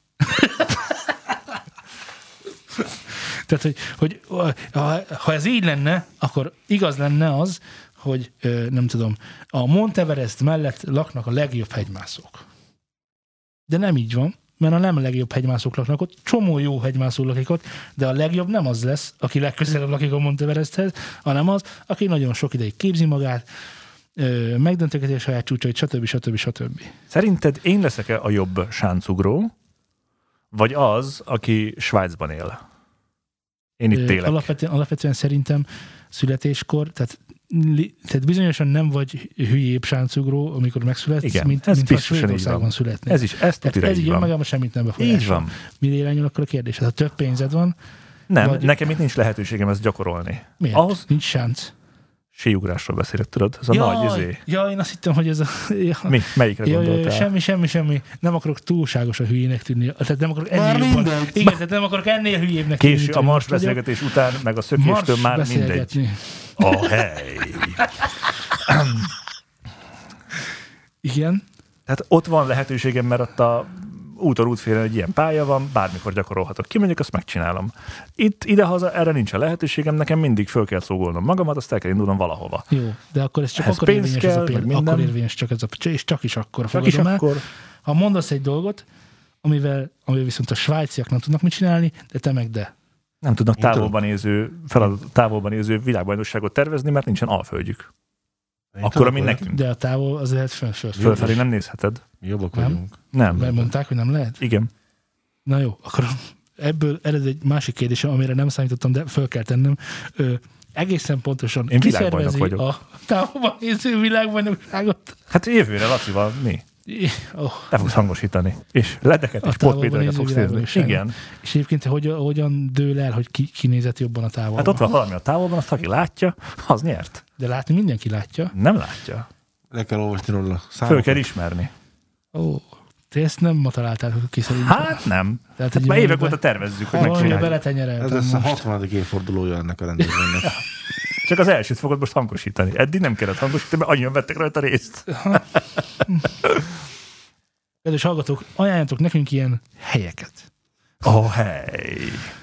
Tehát, hogy ha ez így lenne, akkor igaz lenne az, hogy nem tudom, a Monteverest mellett laknak a legjobb hegymászók. De nem így van, mert a nem legjobb hegymászók laknak ott, csomó jó hegymászó lakik ott, de a legjobb nem az lesz, aki legközelebb lakik a Monteveresthez, hanem az, aki nagyon sok ideig képzi magát, megdöntögeti a saját csúcsait, stb. Szerinted én leszek-e a jobb sáncugró, vagy az, aki Svájcban él? Én itt élek. Alapvetően szerintem születéskor, tehát bizonyosan nem vagy hülyébb sáncugró, amikor megszületsz, igen, mint ha Svédországban születnél. Ez is, ez így magában semmit nem befolyásol. Így van. Mire irányul akkor a kérdés? Ha több pénzed van... Nem, nekem itt nincs lehetőségem ezt gyakorolni. Miért? Ahhoz... Nincs sánc. Síugrásról beszélek, tudod? Ez a nagy izé. Ja, én azt hittem, hogy ez a... Ja. Mi? Melyikre gondoltál? Semmi. Nem akarok túlságosan hülyének tűnni. Tehát nem akarok ennél jobban. Igen, tehát nem akarok ennél hülyébbnek tűnni. Késő a Mars beszélgetés után, meg a szökéstől már mindegy. A hely. Igen. Tehát ott van lehetőségem, mert ott a úton útfélen egy ilyen pálya van, bármikor gyakorolhatok. Kimegyek, azt megcsinálom. Idehaza erre nincsen lehetőségem, nekem mindig föl kell szólgolnom magamat, azt el kell indulnom valahova. Jó, de akkor ez csak akkor érvényes ez a példa. Akkor érvényes csak ez a és csak is akkor fogadom el. Ha mondasz egy dolgot, amivel viszont a svájciak nem tudnak mit csinálni, de te meg de. Nem tudnak távolban néző világbajnokságot tervezni, mert nincsen alföldjük. Akkor, ami nekünk. De a távol az lehet fölfelé nem nézheted. Mi jobbak vagyunk. Nem. Mert mondták, hogy nem lehet? Igen. Na jó, akkor ebből ered egy másik kérdés, amire nem számítottam, de föl kell tennem. Egészen pontosan kiszervezi a távolban néző világbajnokságot? Hát jövőre Lacival mi? Le fogsz hangosítani. És ledeket és portmétereket fogsz nézni. Igen. És egyébként hogyan dől el, hogy ki nézett jobban a távolban? Hát ott van valami a távolban, azt aki látja, az nyert. De látni mindenki látja? Nem látja. Le kell olvasni róla. Föl kell ismerni. Ó, te ezt nem ma találtátok ki szerintem. Hát nem. Tehát hát már évek óta tervezzük, hogy megcsináljuk. Ez lesz a 60. évfordulója ennek a rendezvénynek. Csak az elsőt fogod most hangosítani. Eddig nem kellett hangosítani, mert annyian vettek rajta részt. Kedves hallgatók, ajánljatok nekünk ilyen helyeket. Hely.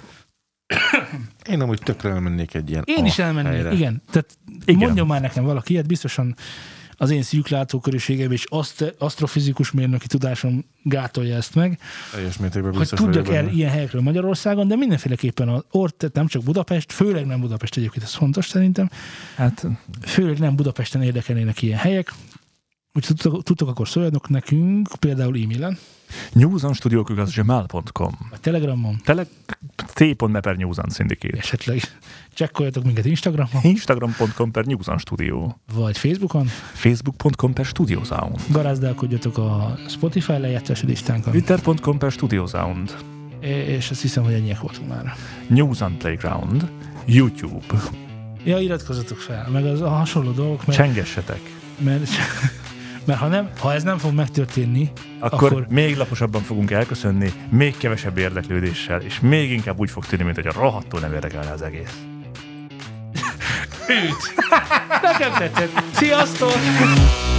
Én amúgy tökre elmennék egy ilyen Én is elmennék, helyre. Igen. Tehát mondjon már nekem valaki ilyet, biztosan az én szűklátókörűségem és asztrofizikus mérnöki tudásom gátolja ezt meg. Teljes mértékben biztos, hogy tudjak el ilyen helyekről Magyarországon, de mindenféleképpen az Ortet, nem csak Budapest, főleg nem Budapest egyébként, ez fontos szerintem. Hát főleg nem Budapesten érdekelnének ilyen helyek. Úgyhogy tudtok, akkor szóljatok nekünk, például e-mailen. newsonstudio@gmail.com A Telegramon. t.me/newson syndicate. Esetleg csekkoljatok minket Instagramon. instagram.com/newsonstudio. Vagy Facebookon. facebook.com/studiosound. Garázdálkodjatok a Spotify lejátszási listánkon. twitter.com/studiosound. És azt hiszem, hogy ennyiek voltunk már. Newson Playground. YouTube. Ja, iratkozzatok fel, meg az a hasonló dolgok, Csengessetek. Mert ha ez nem fog megtörténni, akkor még laposabban fogunk elköszönni, még kevesebb érdeklődéssel, és még inkább úgy fog tűnni, mint hogy a rohadtól nem érdekelne az egész. Nekem tetszett. Sziasztok!